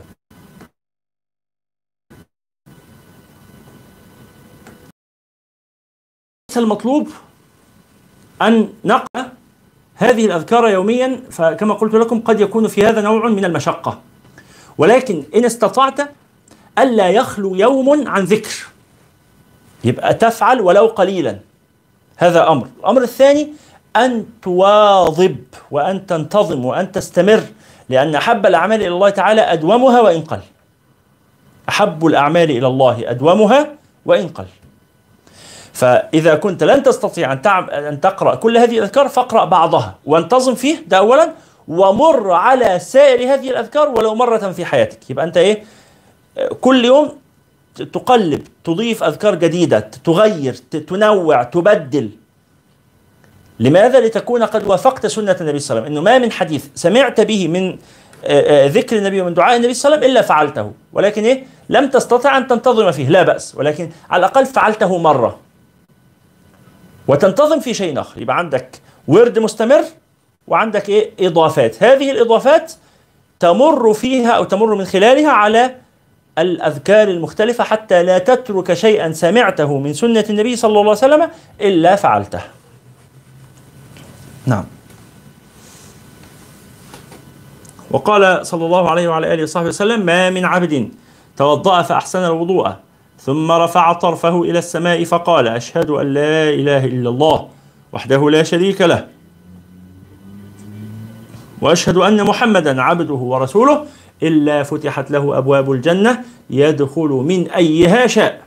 المطلوب أن نقرأ هذه الأذكار يوميا، فكما قلت لكم قد يكون في هذا نوع من المشقة، ولكن إن استطعت ألا يخلو يوم عن ذكر يبقى تفعل ولو قليلا. هذا أمر. الأمر الثاني أن تواظب وأن تنتظم وأن تستمر، لأن أحب الأعمال إلى الله تعالى أدومها وإن قل. أحب الأعمال إلى الله أدومها وإن قل. فإذا كنت لن تستطيع أن تقرأ كل هذه الأذكار فاقرأ بعضها وانتظم فيه، ده أولا، ومر على سائر هذه الأذكار ولو مرة في حياتك. يبقى أنت إيه؟ كل يوم تقلب، تضيف أذكار جديدة، تغير، تنوع، تبدل. لماذا؟ لتكون قد وافقت سنة النبي صلى الله عليه وسلم. إنه ما من حديث سمعت به من ذكر النبي ومن دعاء النبي صلى الله عليه وسلم إلا فعلته، ولكن إيه؟ لم تستطع أن تنتظم فيه، لا بأس، ولكن على الأقل فعلته مرة وتنتظم في شيء آخر. يبقى عندك ورد مستمر وعندك إيه؟ إضافات. هذه الإضافات تمر فيها أو تمر من خلالها على الأذكار المختلفة حتى لا تترك شيئا سمعته من سنة النبي صلى الله عليه وسلم إلا فعلته. نعم. وقال صلى الله عليه وعلى آله وصحبه وسلم: ما من عبد توضأ فأحسن الوضوء ثم رفع طرفه إلى السماء فقال: أشهد أن لا إله إلا الله وحده لا شريك له وأشهد أن محمدا عبده ورسوله إلا فتحت له أبواب الجنة يدخل من أيها شاء.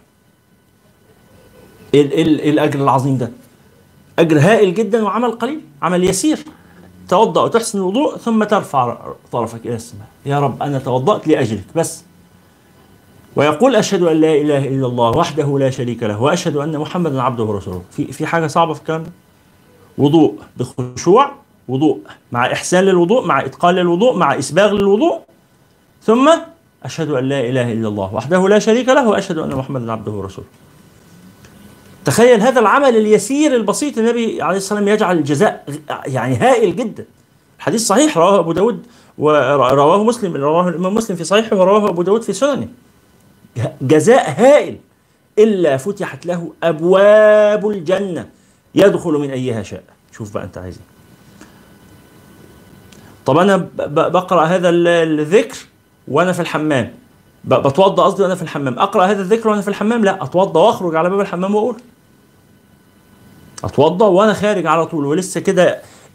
الأجر العظيم ده أجر هائل جدا وعمل قليل، عمل يسير. توضأ وتحسن الوضوء ثم ترفع طرفك إلى السماء: يا رب أنا توضأت لأجلك بس. ويقول: أشهد أن لا إله إلا الله وحده لا شريك له وأشهد أن محمدا عبده ورسوله. في حاجة صعبة في الكلام ده؟ وضوء بخشوع، وضوء مع إحسان للوضوء، مع إتقان للوضوء، مع إسباغ للوضوء، ثم أشهد أن لا إله إلا الله وحده لا شريك له وأشهد أن محمدا عبده ورسوله. تخيل هذا العمل اليسير البسيط، النبي عليه الصلاة والسلام يجعل الجزاء يعني هائل جدا. الحديث صحيح، رواه أبو داود ورواه مسلم، رواه الإمام مسلم في صحيحه ورواه أبو داود في سننه. جزاء هائل. إلا فتحت له أبواب الجنة يدخل من أيها شاء. شوف بقى أنت عايز. طب أنا بقرأ هذا الذكر وأنا في الحمام، بتوضأ قصدي وأنا في الحمام، أقرأ هذا الذكر وأنا في الحمام؟ لا، أتوضأ وأخرج على باب الحمام وأقول. أتوضأ وأنا خارج على طول ولسه كده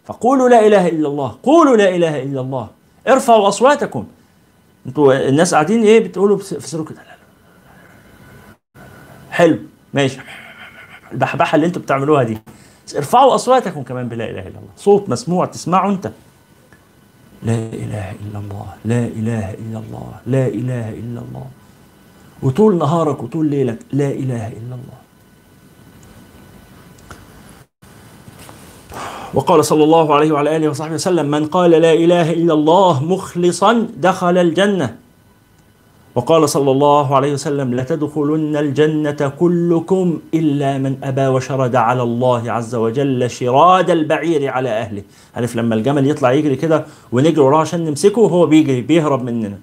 فقولوا لا إله إلا الله، قولوا لا إله إلا الله، ارفعوا أصواتكم. انتوا الناس قاعدين ايه بتقولوا في سركم كده، حلو ماشي، البحبحة اللي انتوا بتعملوها دي، ارفعوا أصواتكم كمان بلا إله إلا الله، صوت مسموع تسمعه انت. لا إله إلا الله، لا إله إلا الله، لا إله إلا الله، وطول نهارك وطول ليلك لا إله إلا الله. وقال صلى الله عليه وعلى آله وصحبه وسلم: من قال لا إله إلا الله مخلصا دخل الجنة. وقال صلى الله عليه وسلم: لتدخلن الجنة كلكم إلا من أبى وشرد على الله عز وجل شراد البعير على أهله. عارف لما الجمل يطلع يجري كده ونجري وراه عشان نمسكه وهو بيجري بيهرب مننا.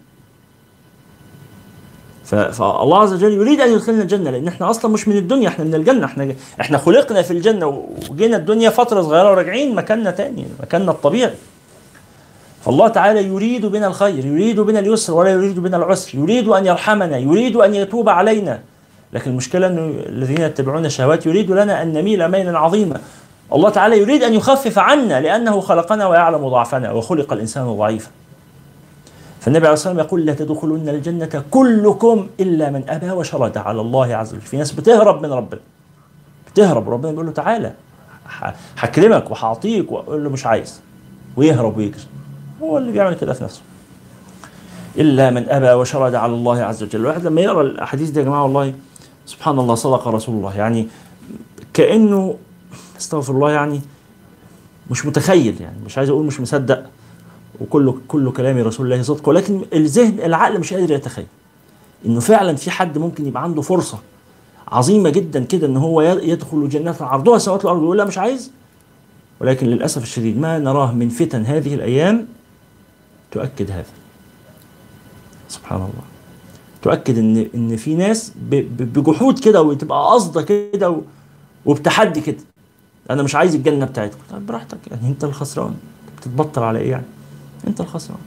فالله عز وجل يريد أن يدخلنا الجنة، لأن احنا أصلا مش من الدنيا، احنا من الجنة، احنا خلقنا في الجنة وجينا الدنيا فترة صغيرة وراجعين مكاننا تاني، مكاننا الطبيعي. فالله تعالى يريد بنا الخير، يريد بنا اليسر ولا يريد بنا العسر، يريد أن يرحمنا، يريد أن يتوب علينا. لكن المشكلة أن الذين يتبعون الشهوات يريد لنا أن نميل ميلا عظيما. الله تعالى يريد أن يخفف عنا لأنه خلقنا ويعلم ضعفنا، وخلق الإنسان ضعيفا. فالنبي عليه الصلاة والسلام يقول: لا تدخلن الجنة كلكم إلا من أبى وشرد على الله عز وجل. في ناس بتهرب من ربنا، بتهرب، وربنا بيقول له: تعالى هكرمك وهعطيك، ويقول له مش عايز، ويهرب ويجري. هو اللي بيعمل كده في نفسه. إلا من أبى وشرد على الله عز وجل. الواحد لما يقرأ الأحاديث دي يا جماعة والله سبحان الله، صدق رسول الله، يعني كأنه استغفر الله، يعني مش متخيل، يعني مش عايز أقول مش مصدق، وكل كلام رسول الله صدق، ولكن الذهن العقل مش قادر يتخيل إنه فعلا في حد ممكن يبقى عنده فرصة عظيمة جدا كده إن هو يدخل جنة عرضها السماوات والأرض ويقول لا مش عايز. ولكن للأسف الشديد ما نراه من فتن هذه الأيام تؤكد هذا. سبحان الله، تؤكد إن في ناس بجحود كده، وتبقى قصده كده وبتحدي كده: أنا مش عايز الجنة بتاعتكم. طيب براحتك، يعني أنت الخسران، بتتبطل على إيه يعني؟ أنت الخسران.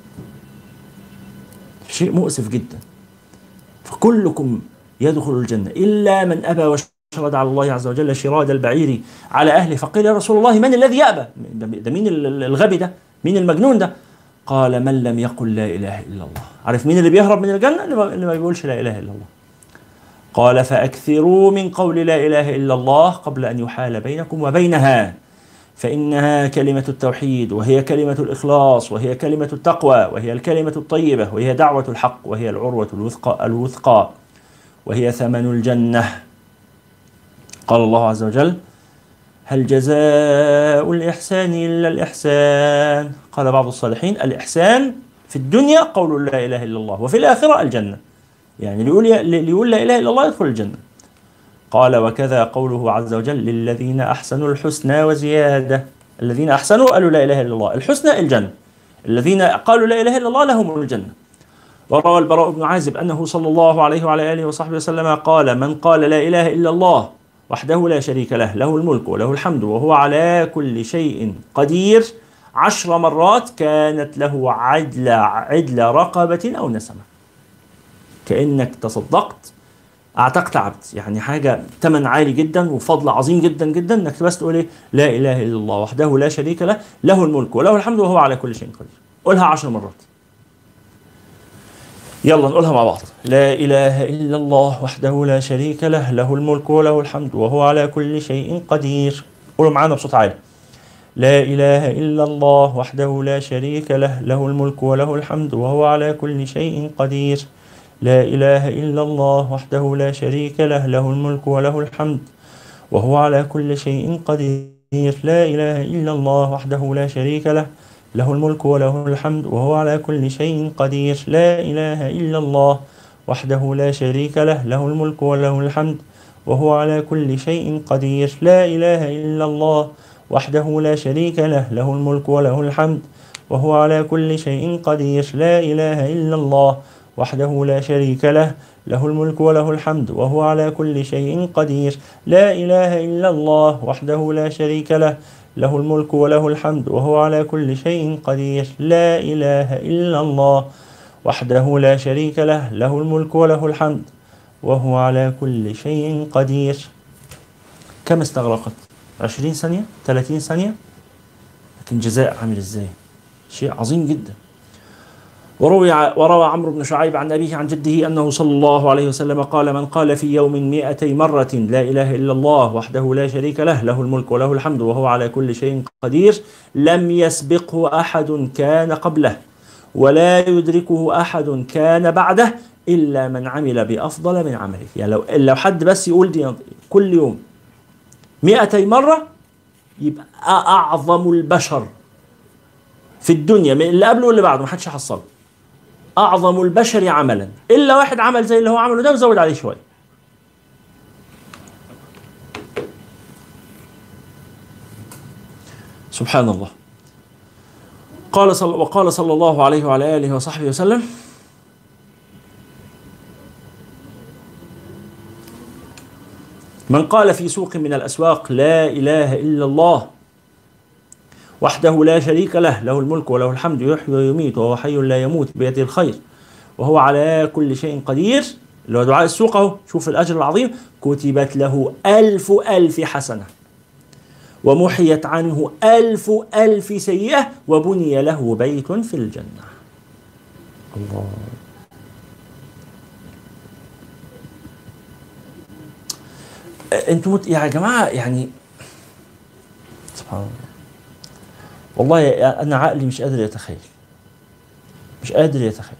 شيء مؤسف جدا. فكلكم يدخل الجنة إلا من أبى وشرد على الله عز وجل شراد البعير على أهله. فقيل: يا رسول الله من الذي يأبى؟ ده مين الغبي ده؟ مين المجنون ده؟ قال: من لم يقل لا إله إلا الله. عارف مين اللي بيهرب من الجنة؟ اللي ما بيقولش لا إله إلا الله. قال: فأكثروا من قول لا إله إلا الله قبل أن يحال بينكم وبينها، فإنها كلمة التوحيد، وهي كلمة الإخلاص، وهي كلمة التقوى، وهي الكلمة الطيبة، وهي دعوة الحق، وهي العروة الوثقى، وهي ثمن الجنة. قال الله عز وجل: هل جزاء الإحسان إلا الإحسان؟ قال بعض الصالحين: الإحسان في الدنيا قول لا إله إلا الله، وفي الآخرة الجنة. يعني اللي يقول لا إله إلا الله يدخل الجنة. قال: وكذا قوله عز وجل: للذين أحسنوا الحسنى وزيادة. الذين أحسنوا قالوا لا إله إلا الله، الحسنى الجنة. الذين قالوا لا إله إلا الله لهم الجنة. وروى البراء بن عازب أنه صلى الله عليه وعلى آله وصحبه وسلم قال: من قال لا إله إلا الله وحده لا شريك له، له الملك وله الحمد وهو على كل شيء قدير 10 مرات كانت له عدل رقبة أو نسمة. كأنك تصدقت، اعتقت عبد، يعني حاجة ثمن عالي جدا وفضل عظيم جدا جدا انك بس تقول ايه؟ لا اله الا الله وحده لا شريك له، له الملك وله الحمد وهو على كل شيء قدير. قولها 10 مرات. يلا نقولها مع بعض: لا اله الا الله وحده لا شريك له، له الملك وله الحمد وهو على كل شيء قدير. قولوا معانا بصوت عالي: لا اله الا الله وحده لا شريك له، له الملك وله الحمد وهو على كل شيء قدير. لا إله إلا الله وحده لا شريك له، له الملك وله الحمد وهو على كل شيء قدير. لا إله إلا الله وحده لا شريك له، له الملك وله الحمد وهو على كل شيء قدير. لا إله إلا الله وحده لا شريك له، له الملك وله الحمد وهو على كل شيء قدير. لا إله إلا الله وحده لا شريك له، له الملك وله الحمد وهو على كل شيء قدير. لا إله إلا الله وحده لا شريك له، له الملك وله الحمد وهو على كل شيء قدير. لا إله إلا الله وحده لا شريك له، له الملك وله الحمد وهو على كل شيء قدير. لا إله إلا الله وحده لا شريك له، له الملك وله الحمد وهو على كل شيء قدير. كم استغرقت؟ 20 ثانية؟ 30 ثانية؟ لكن جزاء عامل ازاي؟ شيء عظيم جدا. وروى عمرو بن شعيب عن أبيه عن جده أنه صلى الله عليه وسلم قال: من قال في يوم 200 مرة لا إله إلا الله وحده لا شريك له له الملك وله الحمد وهو على كل شيء قدير لم يسبقه أحد كان قبله ولا يدركه أحد كان بعده إلا من عمل بأفضل من عمله. يعني لو حد بس يقول دي كل يوم 200 مرة يبقى أعظم البشر في الدنيا من اللي قبله واللي بعده، ما حدش يحصله. أعظم البشر عملا، إلا واحد عمل زي اللي هو عمله ده وزود عليه شوية. سبحان الله. وقال صلى الله عليه وعلى آله وصحبه وسلم: من قال في سوق من الأسواق لا إله إلا الله وحده لا شريك له له الملك وله الحمد يحيي ويميت وهو حي لا يموت بيده الخير وهو على كل شيء قدير، اللي هو دعاء السوق اهو، شوف الأجر العظيم، كتبت له 1000 حسنة ومحيت عنه 1000 سيئة وبني له بيت في الجنة. الله. انتم يا جماعة يعني سبحان الله، والله أنا عقلي مش قادر يتخيل، مش قادر يتخيل.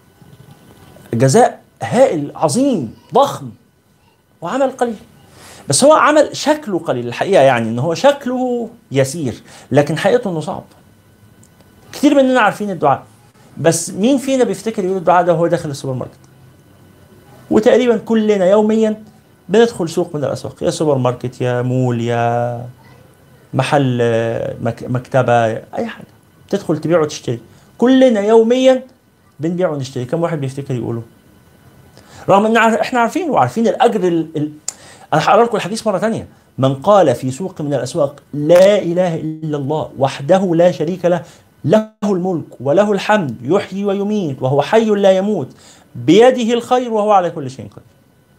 جزاء هائل عظيم ضخم وعمل قليل، بس هو عمل شكله قليل الحقيقة، يعني ان هو شكله يسير لكن حقيقته انه صعب. كتير مننا عارفين الدعاء، بس مين فينا بيفتكر يقول الدعاء ده وهو داخل السوبر ماركت؟ وتقريبا كلنا يوميا بندخل سوق من الاسواق، يا سوبر ماركت يا مول يا محل مكتبة اي حاجة تدخل تبيع وتشتري، كلنا يوميا بنبيع ونشتري. كم واحد بيفتكر يقوله؟ رغم ان احنا عارفين وعارفين الاجر انا هقرا لكم الحديث مره ثانيه: من قال في سوق من الاسواق لا اله الا الله وحده لا شريك له له الملك وله الحمد يحيي ويميت وهو حي لا يموت بيده الخير وهو على كل شيء قدير.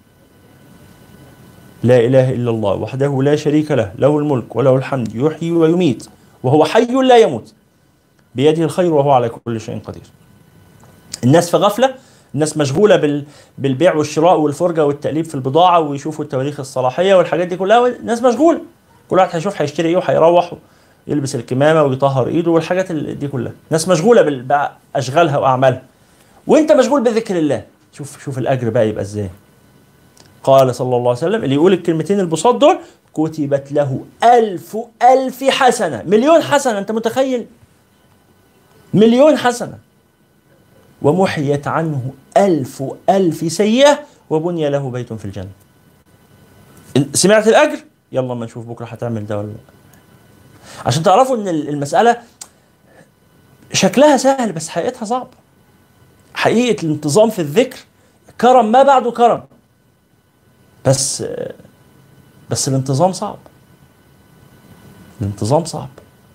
لا اله الا الله وحده لا شريك له له الملك وله الحمد يحيي ويميت وهو حي لا يموت بيده الخير وهو على كل شيء قدير. الناس في غفله، الناس مشغوله بالبيع والشراء والفرجه والتقليب في البضاعه ويشوفوا التواريخ الصلاحيه والحاجات دي كلها، الناس مشغوله، كل واحد هيشوف هيشتري ايه وهيروح يلبس الكمامه ويطهر ايده والحاجات دي كلها، الناس مشغوله باشغالها واعمالها، وانت مشغول بذكر الله. شوف الاجر بقى يبقى ازاي. قال صلى الله عليه وسلم: اللي يقول الكلمتين البساط دول كتبت له 1000 حسنه، مليون حسنه. انت متخيل؟ مليون حسنه. ومحيت عنه 1000 سيئة وبني له بيت في الجنة. سمعت الأجر؟ يلا ما نشوف بكرة هتعمل ده ولا لا، عشان تعرفوا ان المسألة شكلها سهل بس حقيقتها صعب. حقيقة الانتظام في الذكر كرم ما بعده كرم، بس الانتظام صعب. الانتظام صعب.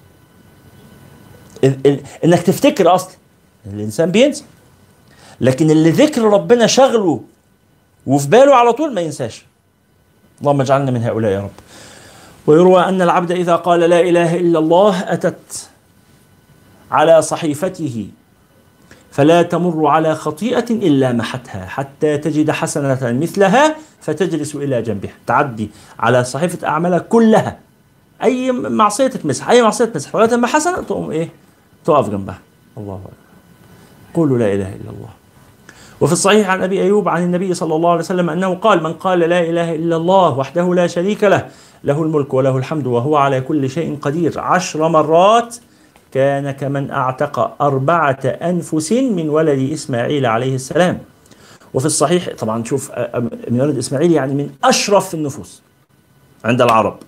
انك تفتكر اصلا الانسان بينسى، لكن اللي ذكر ربنا شغله وفي باله على طول ما ينساش. اللهم اجعلنا من هؤلاء يا رب. ويروى أن العبد إذا قال لا إله إلا الله أتت على صحيفته فلا تمر على خطيئة إلا محتها حتى تجد حسنة مثلها فتجلس إلى جنبها. تعدي على صحيفة أعمالها كلها، أي معصية تمسح، أي معصية تمسح لغاية ما حسنة تقوم إيه؟ تقف جنبها. الله أكبر. قولوا لا إله إلا الله. وفي الصحيح عن أبي أيوب عن النبي صلى الله عليه وسلم أنه قال: من قال لا إله إلا الله وحده لا شريك له له الملك وله الحمد وهو على كل شيء قدير 10 مرات كان كمن أعتق 4 أنفس من ولد إسماعيل عليه السلام. وفي الصحيح طبعا شوف من ولد إسماعيل يعني من أشرف النفوس عند العرب.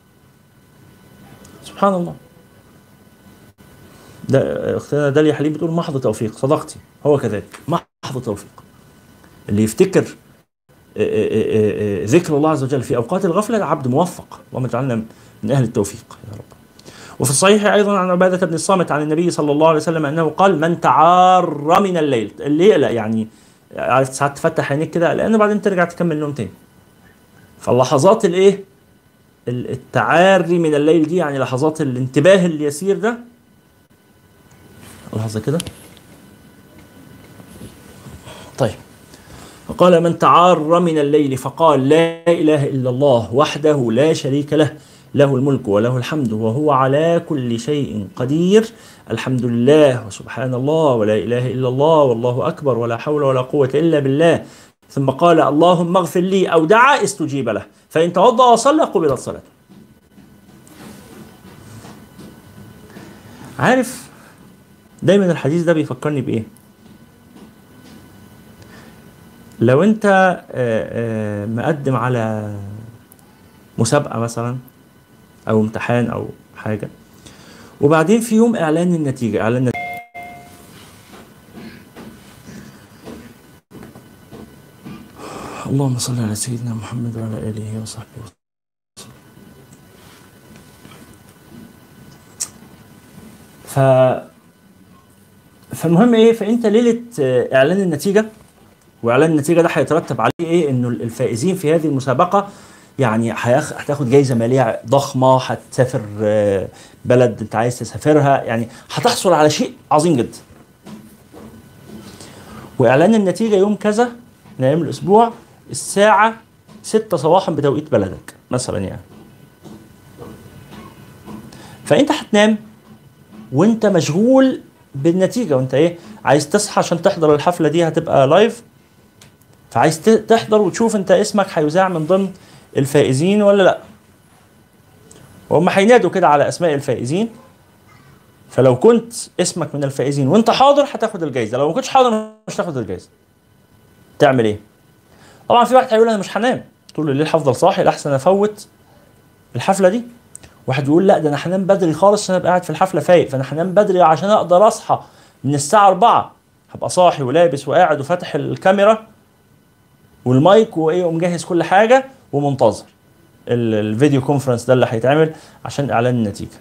سبحان الله. اختنا داليا حليم بتقول محض توفيق. صدقتي، هو كذلك محض توفيق. اللي يفتكر ذكر الله عز وجل في أوقات الغفلة عبد موفق، اللهم اجعلنا من أهل التوفيق يا رب. وفي الصحيح أيضا عن عبادة بن الصامت عن النبي صلى الله عليه وسلم أنه قال: من تعار من الليل، الليل يعني عارف ساعات تفتح عينيك كده لأنه بعدين ترجع تكمل نوم تاني، فاللحظات الإيه التعاري من الليل دي، يعني لحظات الانتباه اليسير ده. لحظة كده. طيب، فقال من تعار من الليل فقال لا إله إلا الله وحده لا شريك له، له الملك وله الحمد وهو على كل شيء قدير، الحمد لله وسبحان الله ولا إله إلا الله والله أكبر ولا حول ولا قوة إلا بالله، ثم قال اللهم اغفر لي أو دعا استجيب له، فإن توضأ وصلى قبلت صلاته. عارف دايما الحديث ده بيفكرني بإيه؟ لو أنت مقدم على مسابقة مثلا أو امتحان أو حاجة، وبعدين في يوم إعلان النتيجة، اللهم صل على سيدنا محمد وعلى آله وصحبه وسلم. فالمهم ايه، فانت ليله اعلان النتيجه، واعلان النتيجه ده هيترتب عليه ايه؟ انه الفائزين في هذه المسابقه يعني هتاخد جايزه ماليه ضخمه، هتسافر بلد انت عايز تسافرها، يعني هتحصل على شيء عظيم جدا. واعلان النتيجه يوم كذا من ايام الاسبوع الساعه 6 صباحا بتوقيت بلدك مثلا يعني. فانت هتنام وانت مشغول بالنتيجه، وانت ايه عايز تصحى عشان تحضر الحفله دي، هتبقى لايف، فعايز تحضر وتشوف انت اسمك هيذاع من ضمن الفائزين ولا لا. وهم هينادوا كده على اسماء الفائزين، فلو كنت اسمك من الفائزين وانت حاضر هتاخد الجائزه، لو ما كنتش حاضر مش هتاخد الجائزه. تعمل ايه؟ طبعا في واحد هيقول انا مش هنام طول الليل، هفضل صاحي لاحسن افوت الحفله دي. واحد يقول لا ده انا هنام بدري خالص عشان ابقى قاعد في الحفله فايق، فانا هنام بدري عشان اقدر اصحى من الساعه 4 هبقى صاحي ولابس وقاعد وفاتح الكاميرا والمايك وايه ومجهز كل حاجه ومنتظر الفيديو كونفرنس ده اللي هيتعمل عشان اعلان النتيجه.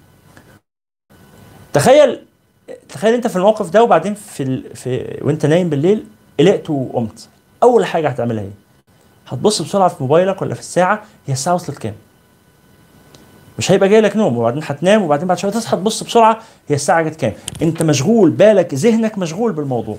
تخيل انت في الموقف ده، وبعدين وانت نايم بالليل قلقت وقمت، اول حاجه هتعملها ايه؟ هتبص بسرعه في موبايلك ولا في الساعه، هي الساعه وصلت كام؟ مش هيبقى جاي لك نوم، وبعدين هتنام، وبعدين بعد شويه تصحى تبص بسرعه هي الساعه جت كام. انت مشغول، بالك ذهنك مشغول بالموضوع،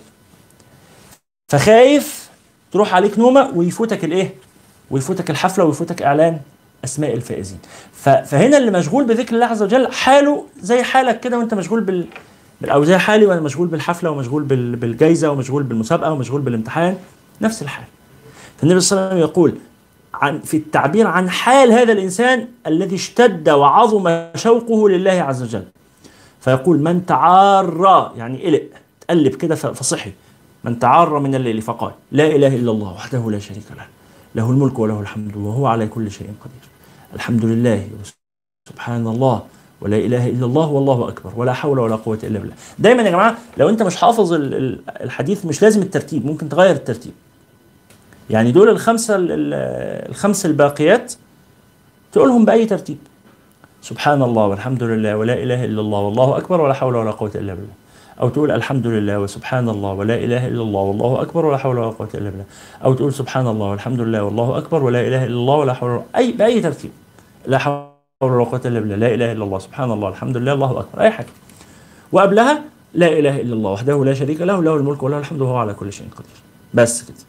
فخايف تروح عليك نومه ويفوتك الايه؟ ويفوتك الحفله ويفوتك اعلان اسماء الفائزين. فهنا اللي مشغول بذكر الله عز وجل حاله زي حالك كده، وانت مشغول او زي حالي وانا مشغول بالحفله ومشغول بالجائزه ومشغول بالمسابقه ومشغول بالامتحان، نفس الحال. فالنبي صلى الله عليه وسلم يقول في التعبير عن حال هذا الإنسان الذي اشتد وعظم شوقه لله عز وجل، فيقول من تعار، يعني قلق تقلب كده فصحي، من تعار من الليل فقال لا إله إلا الله وحده لا شريك له، له الملك وله الحمد وهو على كل شيء قدير، الحمد لله سبحان الله ولا إله إلا الله والله أكبر ولا حول ولا قوة إلا بالله. دايما يا جماعة لو أنت مش حافظ الحديث مش لازم الترتيب، ممكن تغير الترتيب. يعني دول الخمس الباقيات تقولهم بأي ترتيب، سبحان الله والحمد لله ولا إله إلا الله والله أكبر ولا حول ولا قوة إلا بالله، أو تقول الحمد لله وسبحان الله ولا إله إلا الله والله أكبر ولا حول ولا قوة إلا بالله، أو تقول سبحان الله والحمد لله والله أكبر ولا إله إلا الله ولا حول بأي ترتيب، لا حول ولا قوة إلا بالله، لا إله إلا الله سبحان الله الحمد لله الله أكبر، أي حاجة. وقبلها لا إله إلا الله وحده لا شريك له، له الملك وله الحمد وهو على كل شيء قدير. بس كده،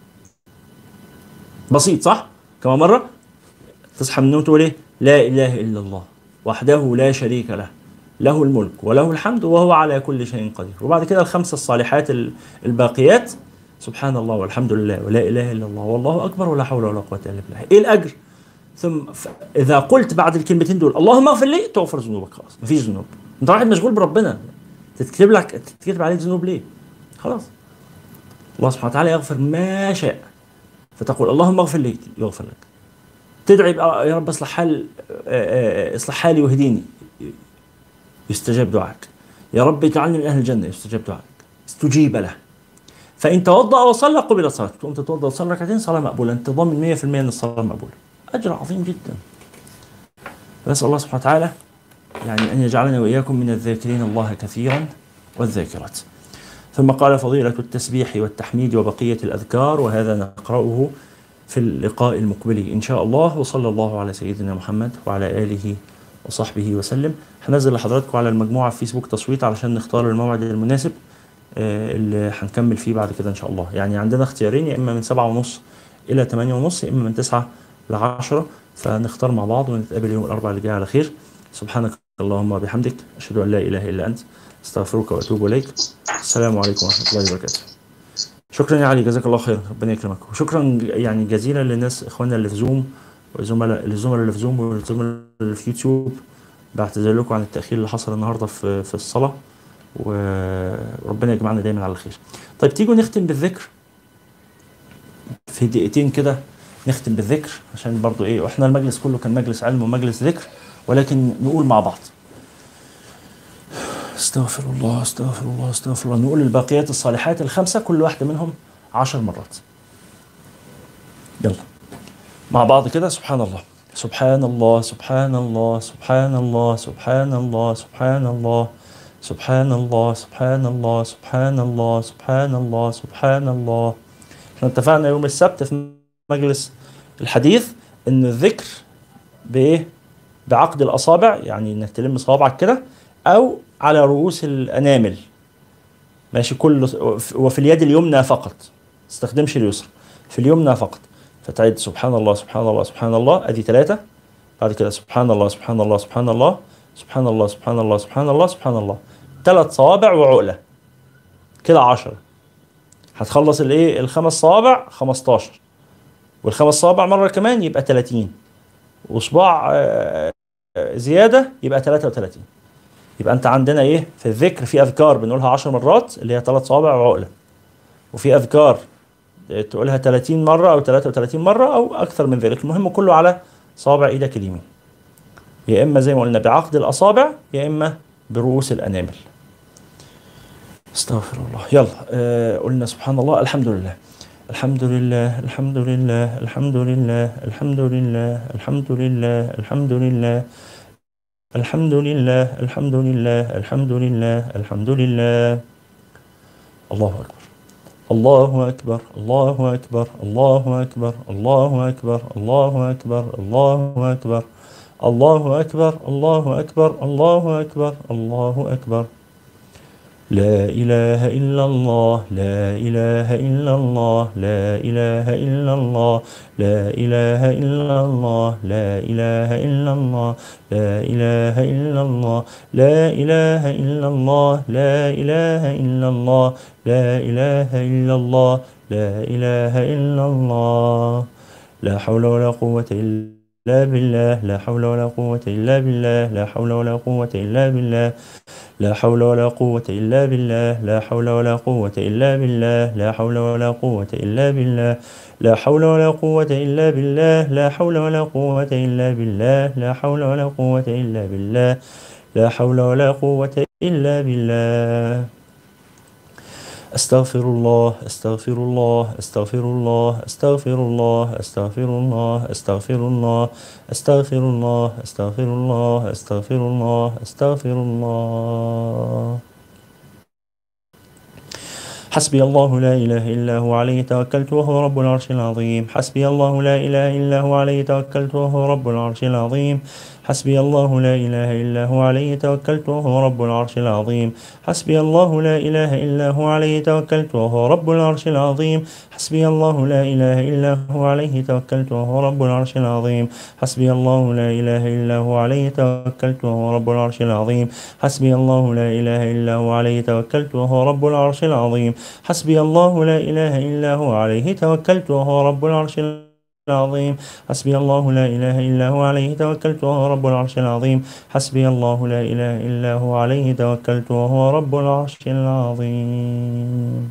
بسيط صح؟ كمان مرة تصحى من النوم تقول ايه؟ لا إله إلا الله وحده لا شريك له، له الملك وله الحمد وهو على كل شيء قدير. وبعد كده الخمسة الصالحات الباقيات، سبحان الله والحمد لله ولا إله إلا الله والله أكبر ولا حول ولا قوة إلا بالله. إيه الأجر؟ ثم إذا قلت بعد الكلمتين دول اللهم اغفر لي، تغفر ذنوبك، خلاص مفيش ذنوب. أنت واحد مشغول بربنا، تتكتب عليك ذنوب ليه؟ خلاص الله سبحانه وتعالى يغفر ما شاء، فتقول اللهم اغفر لي يغفر لك. تدعي يا رب اصلح حالي واهديني، يستجاب دعائك. يا رب اجعلني من اهل الجنه، يستجاب دعائك، استجيب له. فان توضأ وصلى قبلت صلاته، تقوم تتوضأ وتصلي ركعتين صلاه مقبوله، انت ضامن 100% ان الصلاه مقبوله، اجر عظيم جدا. نسال الله سبحانه وتعالى يعني ان يجعلنا واياكم من الذاكرين الله كثيرا والذاكرات. ثم قال فضيلة التسبيح والتحميد وبقية الأذكار، وهذا نقرأه في اللقاء المقبل إن شاء الله. وصلى الله على سيدنا محمد وعلى آله وصحبه وسلم. هنزل لحضراتكم على المجموعة في فيسبوك تصويت علشان نختار الموعد المناسب اللي هنكمل فيه بعد كده إن شاء الله. يعني عندنا اختيارين، يا إما من 7:30 إلى 8:30، يا إما من 9 ل10. فنختار مع بعض ونتقابل يوم الأربعاء اللي جاي على خير. سبحانك اللهم وبحمدك، أشهد أن لا إله إلا أنت، أستغفرك وأتوب إليك. السلام عليكم ورحمة الله وبركاته. شكرا يا علي، جزاك الله خير، ربنا يكرمك. وشكرا يعني جزيلا للناس اخواننا اللي في زوم، والزملاء اللي في زوم، والزملاء اللي في يوتيوب. بعتذر لكم عن التأخير اللي حصل النهارده في الصلاة، وربنا يجمعنا دايما على خير. طيب تيجوا نختم بالذكر في دقيقتين كده. نختم بالذكر عشان برضو ايه، واحنا المجلس كله كان مجلس علم ومجلس ذكر، ولكن نقول مع بعض استغفر الله استغفر الله استغفر الله. نقول الباقيات الصالحات الخمسة، كل واحدة منهم 10 مرات. يلا مع بعض كده. سبحان الله سبحان الله سبحان الله سبحان الله سبحان الله سبحان الله سبحان الله سبحان الله سبحان الله سبحان الله سبحان الله. احنا اتفقنا يوم السبت في مجلس الحديث ان الذكر بايه؟ بعقد الاصابع، يعني انك تلم صوابعك كده، او على رؤوس الانامل. ماشي، كل وفي اليد اليمنى فقط، تستخدمش اليسرى، في اليمنى فقط. فتعد سبحان الله سبحان الله سبحان الله، ادي 3. بعد كده سبحان الله سبحان الله سبحان الله سبحان الله سبحان الله سبحان الله سبحان الله، 3 صوابع وعقلة، كده 10. هتخلص الايه؟ الخمس صوابع 15، والخمس صوابع مرة كمان يبقى 30، وصباع زيادة يبقى 33. يبقى انت عندنا ايه في الذكر؟ في اذكار بنقولها 10 مرات اللي هي 3 صوابع وعقلة، وفي اذكار تقولها 30 مرة او 33 مرة او اكثر من ذلك. المهم كله على صابع ايدك اليمين، يا اما زي ما قلنا بعقد الاصابع، يا اما برؤوس الانامل. استغفر الله. يلا قلنا سبحان الله، الحمد لله الحمد لله الحمد لله الحمد لله الحمد لله الحمد لله الحمد لله الحمد لله الحمد لله الحمد لله الحمد لله. الله أكبر الله أكبر الله أكبر الله أكبر الله أكبر الله أكبر الله أكبر الله أكبر الله أكبر الله أكبر الله أكبر. لا إله إلا الله لا إله إلا الله لا إله إلا الله لا إله إلا الله لا إله إلا الله لا إله إلا الله لا إله إلا الله لا إله إلا الله لا إله إلا الله لا إله إلا الله. لا حول ولا قوة إلا بالله لا حول ولا قوة إلا بالله لا حول ولا قوة إلا بالله لا حول ولا قوة إلا بالله لا حول ولا قوة إلا بالله لا حول ولا قوة إلا بالله لا حول ولا قوة إلا بالله لا حول ولا قوة إلا بالله لا حول ولا قوة إلا بالله لا حول ولا قوة إلا بالله. أستغفر الله أستغفر الله أستغفر الله أستغفر الله أستغفر الله أستغفر الله أستغفر الله أستغفر الله أستغفر الله أستغفر الله. حسبي الله لا إله إلا هو عليه توكلت وهو رب العرش العظيم. حسبي الله لا إله إلا هو عليه توكلت وهو رب العرش العظيم. حسبي الله لا إله إلا هو عليه توكلت وهو رب العرش العظيم. حسبي الله لا إله إلا هو عليه توكلت وهو رب العرش العظيم. حسبي الله لا إله إلا هو عليه توكلت وهو رب العرش العظيم. حسبي الله لا إله إلا هو عليه توكلت وهو رب العرش العظيم. حسبي الله لا إله إلا هو عليه توكلت وهو رب العرش العظيم. حسبي الله لا إله إلا هو عليه توكلت وهو رب العرش العظيم. حسبي الله لا إله إلا هو عليه توكلت وهو رب العرش العظيم. حسبي الله لا إله إلا هو عليه توكلت وهو رب العرش العظيم.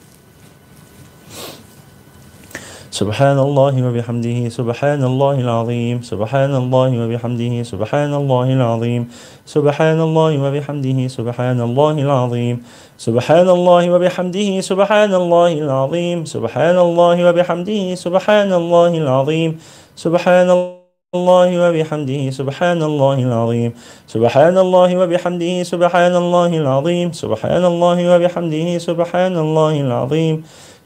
سبحان الله وبحمده سبحان الله العظيم. سبحان الله وبحمده سبحان الله العظيم. سبحان الله وبحمده سبحان الله العظيم. سبحان الله وبحمده سبحان الله العظيم. سبحان الله وبحمده سبحان الله العظيم. سبحان الله وبحمده سبحان الله العظيم. سبحان الله وبحمده سبحان الله العظيم. سبحان الله وبحمده سبحان الله العظيم.